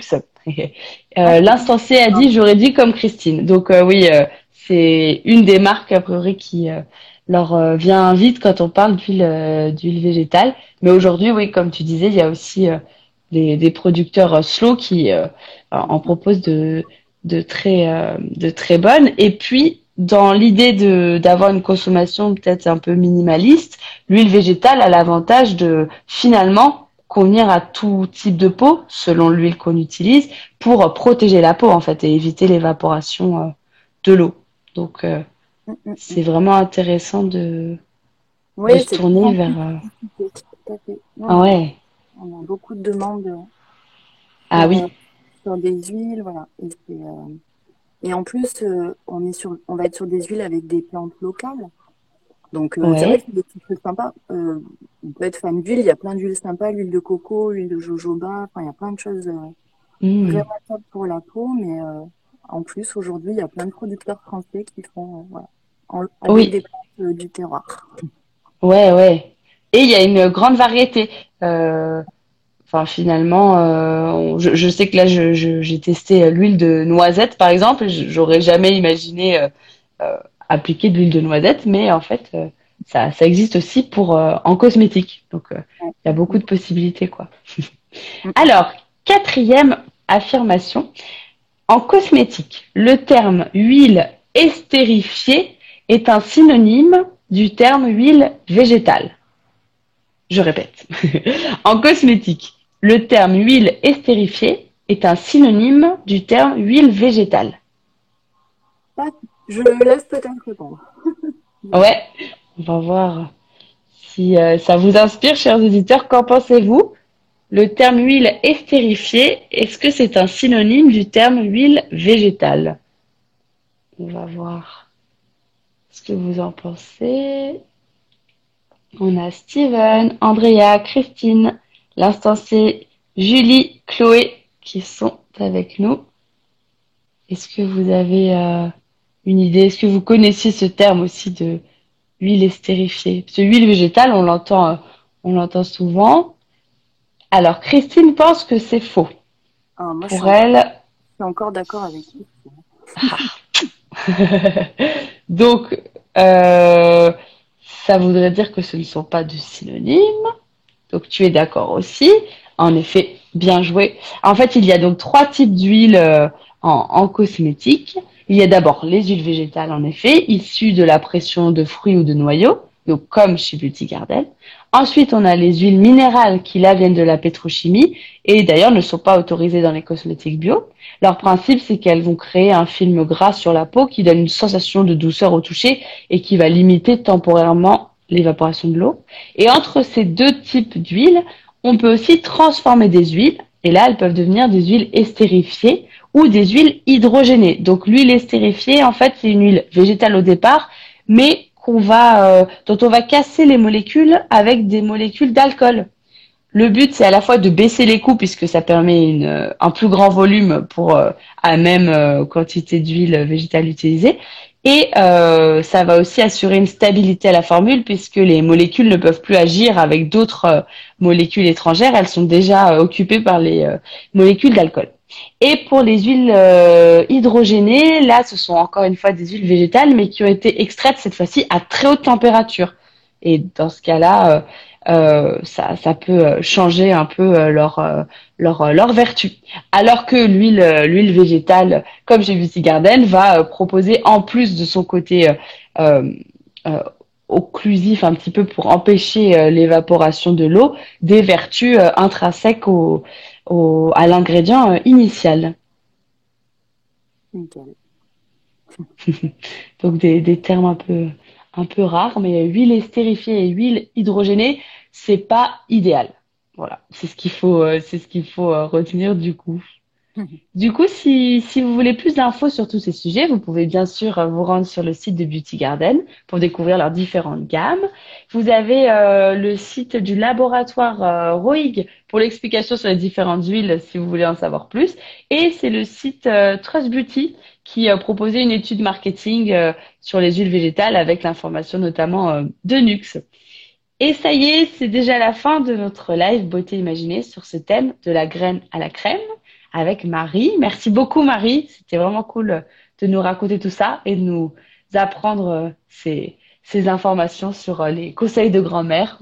euh, L'instant C a dit, j'aurais dit comme Christine. Donc euh, oui, euh, c'est une des marques a priori qui euh, leur euh, vient vite quand on parle d'huile euh, d'huile végétale. Mais aujourd'hui, oui, comme tu disais, il y a aussi euh, des, des producteurs euh, slow qui euh, en proposent de, de très euh, de très bonnes. Et puis dans l'idée de d'avoir une consommation peut-être un peu minimaliste, l'huile végétale a l'avantage de finalement convenir à tout type de peau selon l'huile qu'on utilise pour protéger la peau en fait et éviter l'évaporation euh, de l'eau. Donc euh, Mm, mm, mm. c'est vraiment intéressant de Oui, de se c'est tourner vraiment vers euh, tout à fait. Nous, ah on a, ouais on a beaucoup de demandes euh, ah sur, oui euh, sur des huiles, voilà. Et, c'est, euh, et en plus, euh, on est sur, on va être sur des huiles avec des plantes locales. Donc, euh, c'est vrai que ouais c'est des petits trucs sympas. Euh, on peut être fan d'huile, il y a plein d'huiles sympas, l'huile de coco, l'huile de jojoba, enfin, il y a plein de choses euh, Hmm. vraiment top pour la peau. Mais euh, en plus, aujourd'hui, il y a plein de producteurs français qui font, euh, voilà, en- avec Oui, des plantes euh, du terroir. ouais, ouais. Et il y a une grande variété. Euh, Enfin, finalement, euh, on- je, je sais que là, je, je- j'ai testé euh, l'huile de noisette, par exemple. J- J'aurais jamais imaginé euh, euh, appliquer de l'huile de noisette, mais en fait, euh, ça, ça existe aussi pour euh, en cosmétique. Donc, euh, Ouais. il y a beaucoup de possibilités, quoi. Mm, mm. Alors, quatrième affirmation. En cosmétique, le terme huile estérifiée est un synonyme du terme huile végétale. Je répète. En cosmétique, le terme huile estérifiée est un synonyme du terme huile végétale. Pas- Je laisse peut-être répondre. Ouais, on va voir si euh, ça vous inspire, chers auditeurs. Qu'en pensez-vous? Le terme huile estérifiée, est-ce que c'est un synonyme du terme huile végétale? On va voir ce que vous en pensez. On a Steven, Andrea, Christine, l'instant C, Julie, Chloé qui sont avec nous. Est-ce que vous avez euh, une idée? Est-ce que vous connaissiez ce terme aussi de huile estérifiée? Parce que huile végétale, on l'entend, euh, on l'entend souvent. Alors, Christine pense que c'est faux. Ah, moi, je suis Pour encore, elle, je suis encore d'accord avec lui. donc, euh, ça voudrait dire que ce ne sont pas de synonymes. Donc, tu es d'accord aussi. En effet, bien joué. En fait, il y a donc trois types d'huiles euh, en, en cosmétique. Il y a d'abord les huiles végétales, en effet, issues de la pression de fruits ou de noyaux, donc comme chez Beauty Garden. Ensuite, on a les huiles minérales qui, là, viennent de la pétrochimie et d'ailleurs ne sont pas autorisées dans les cosmétiques bio. Leur principe, c'est qu'elles vont créer un film gras sur la peau qui donne une sensation de douceur au toucher et qui va limiter temporairement l'évaporation de l'eau. Et entre ces deux types d'huiles, on peut aussi transformer des huiles, et là, elles peuvent devenir des huiles estérifiées ou des huiles hydrogénées. Donc, l'huile estérifiée, en fait, c'est une huile végétale au départ, mais qu'on va, euh, dont on va casser les molécules avec des molécules d'alcool. Le but, c'est à la fois de baisser les coûts puisque ça permet une, euh, un plus grand volume pour euh, à même euh, quantité d'huile végétale utilisée. Et euh, ça va aussi assurer une stabilité à la formule puisque les molécules ne peuvent plus agir avec d'autres euh, molécules étrangères. Elles sont déjà euh, occupées par les euh, molécules d'alcool. Et pour les huiles euh, hydrogénées, là, ce sont encore une fois des huiles végétales, mais qui ont été extraites cette fois-ci à très haute température. Et dans ce cas-là, euh, euh, ça, ça peut changer un peu euh, leur, euh, leur, euh, leur vertu. Alors que l'huile, euh, l'huile végétale, comme chez Beauty Garden, va euh, proposer en plus de son côté euh, euh, occlusif un petit peu pour empêcher euh, l'évaporation de l'eau, des vertus euh, intrinsèques au, au, à l'ingrédient euh, initial. Nickel. Donc des, des termes un peu, un peu rares, mais huile estérifiée et huile hydrogénée, c'est pas idéal. Voilà, c'est ce qu'il faut, euh, c'est ce qu'il faut euh, retenir du coup. Du coup, si, si vous voulez plus d'infos sur tous ces sujets, vous pouvez bien sûr euh, vous rendre sur le site de Beauty Garden pour découvrir leurs différentes gammes. Vous avez euh, le site du laboratoire euh, Rohig pour l'explication sur les différentes huiles si vous voulez en savoir plus. Et c'est le site euh, Trust Beauty qui a proposé une étude marketing euh, sur les huiles végétales avec l'information notamment euh, de Nux. Et ça y est, c'est déjà la fin de notre live Beauté Imaginée sur ce thème de la graine à la crème avec Marie. Merci beaucoup Marie, c'était vraiment cool de nous raconter tout ça et de nous apprendre ces, ces informations sur les conseils de grand-mère.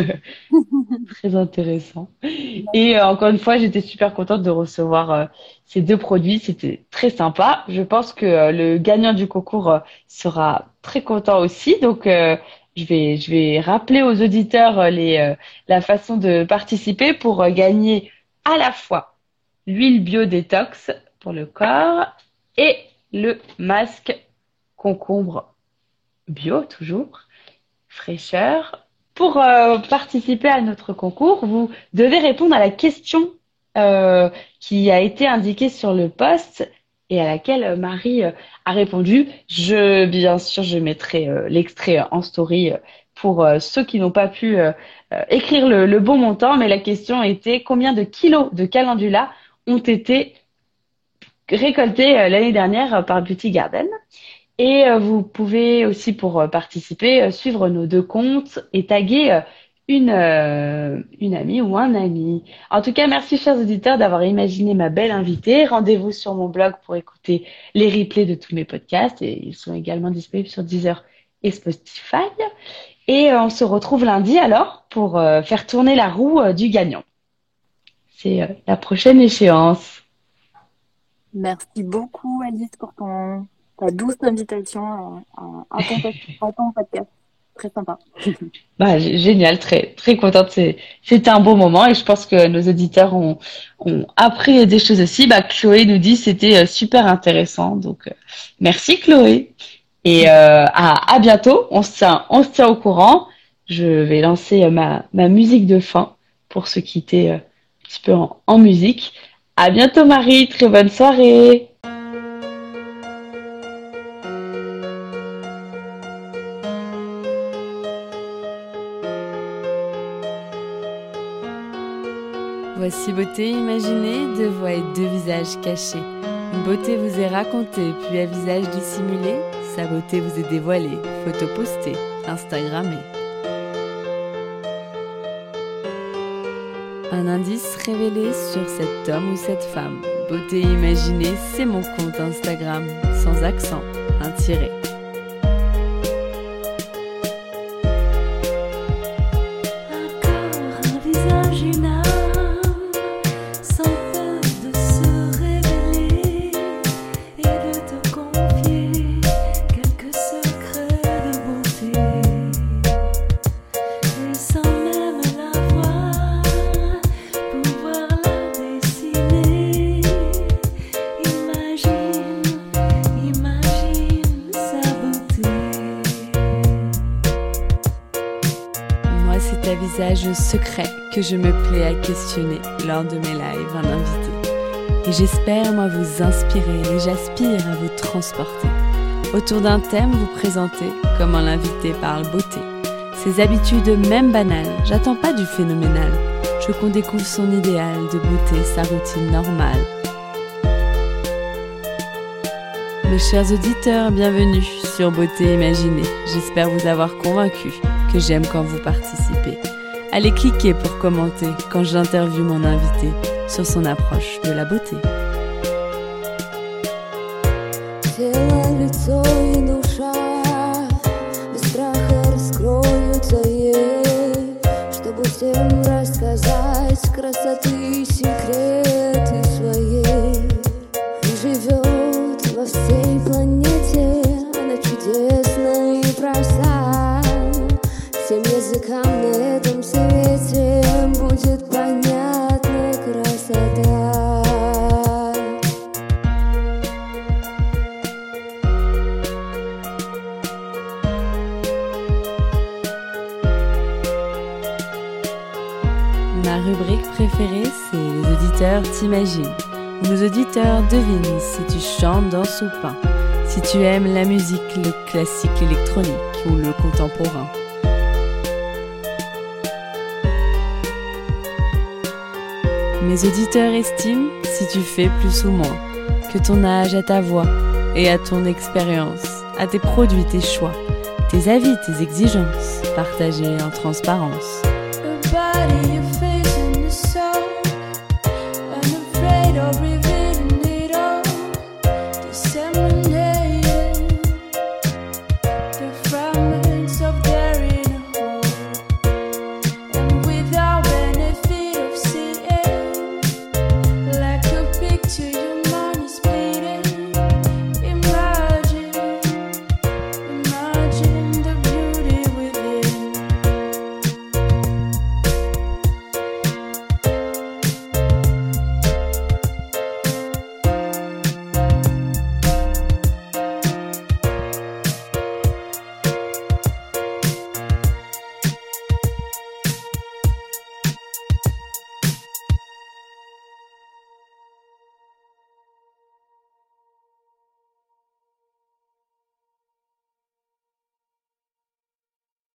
Très intéressant. Et euh, encore une fois, j'étais super contente de recevoir euh, ces deux produits. C'était très sympa. Je pense que euh, le gagnant du concours euh, sera très content aussi. Donc, euh, je vais, je vais rappeler aux auditeurs euh, les, euh, la façon de participer pour euh, gagner à la fois l'huile bio détox pour le corps et le masque concombre bio, toujours, fraîcheur. Pour euh, participer à notre concours, vous devez répondre à la question euh, qui a été indiquée sur le post et à laquelle Marie euh, a répondu. Je, bien sûr, je mettrai euh, l'extrait en story pour euh, ceux qui n'ont pas pu euh, euh, écrire le, le bon montant, mais la question était combien de kilos de calendula ont été récoltés euh, l'année dernière par Beauty Garden. Et euh, vous pouvez aussi, pour euh, participer, euh, suivre nos deux comptes et taguer euh, une, euh, une amie ou un ami. En tout cas, merci chers auditeurs d'avoir imaginé ma belle invitée. Rendez-vous sur mon blog pour écouter les replays de tous mes podcasts et ils sont également disponibles sur Deezer et Spotify. Et euh, on se retrouve lundi alors pour euh, faire tourner la roue euh, du gagnant. C'est euh, la prochaine échéance. Merci beaucoup Alice pour ton, ta douce invitation à, à, à, ton, à ton podcast. Très sympa. Bah, g- génial, très très contente. C'est, c'était un bon moment et je pense que nos auditeurs ont, ont appris des choses aussi. Bah, Chloé nous dit c'était euh, super intéressant. Donc euh, merci Chloé et euh, à, à bientôt. On se tient, on se tient au courant. Je vais lancer euh, ma, ma musique de fin pour se quitter euh, un petit peu en, en musique. À bientôt Marie, très bonne soirée. Voici beauté imaginée, deux voix et deux visages cachés. Une beauté vous est racontée, puis un visage dissimulé. Sa beauté vous est dévoilée, photo postée, Instagrammée. Un indice révélé sur cet homme ou cette femme. Beauté imaginée, c'est mon compte Instagram, sans accent, un tiret. Visage secret que je me plais à questionner lors de mes lives en invité. Et j'espère moi vous inspirer et j'aspire à vous transporter. Autour d'un thème vous présenter comment l'invité parle beauté. Ses habitudes même banales, j'attends pas du phénoménal. Je veux qu'on découvre son idéal de beauté, sa routine normale. Mes chers auditeurs, bienvenue sur Beauté Imaginée. J'espère vous avoir convaincu que j'aime quand vous participez. Allez cliquer pour commenter quand j'interviewe mon invité sur son approche de la beauté. préféré, c'est Les auditeurs t'imaginent, où nos auditeurs devinent si tu chantes, danses ou pas, si tu aimes la musique, le classique, l'électronique ou le contemporain. Mes auditeurs estiment si tu fais plus ou moins, que ton âge à ta voix et à ton expérience, à tes produits, tes choix, tes avis, tes exigences, partagés en transparence. A body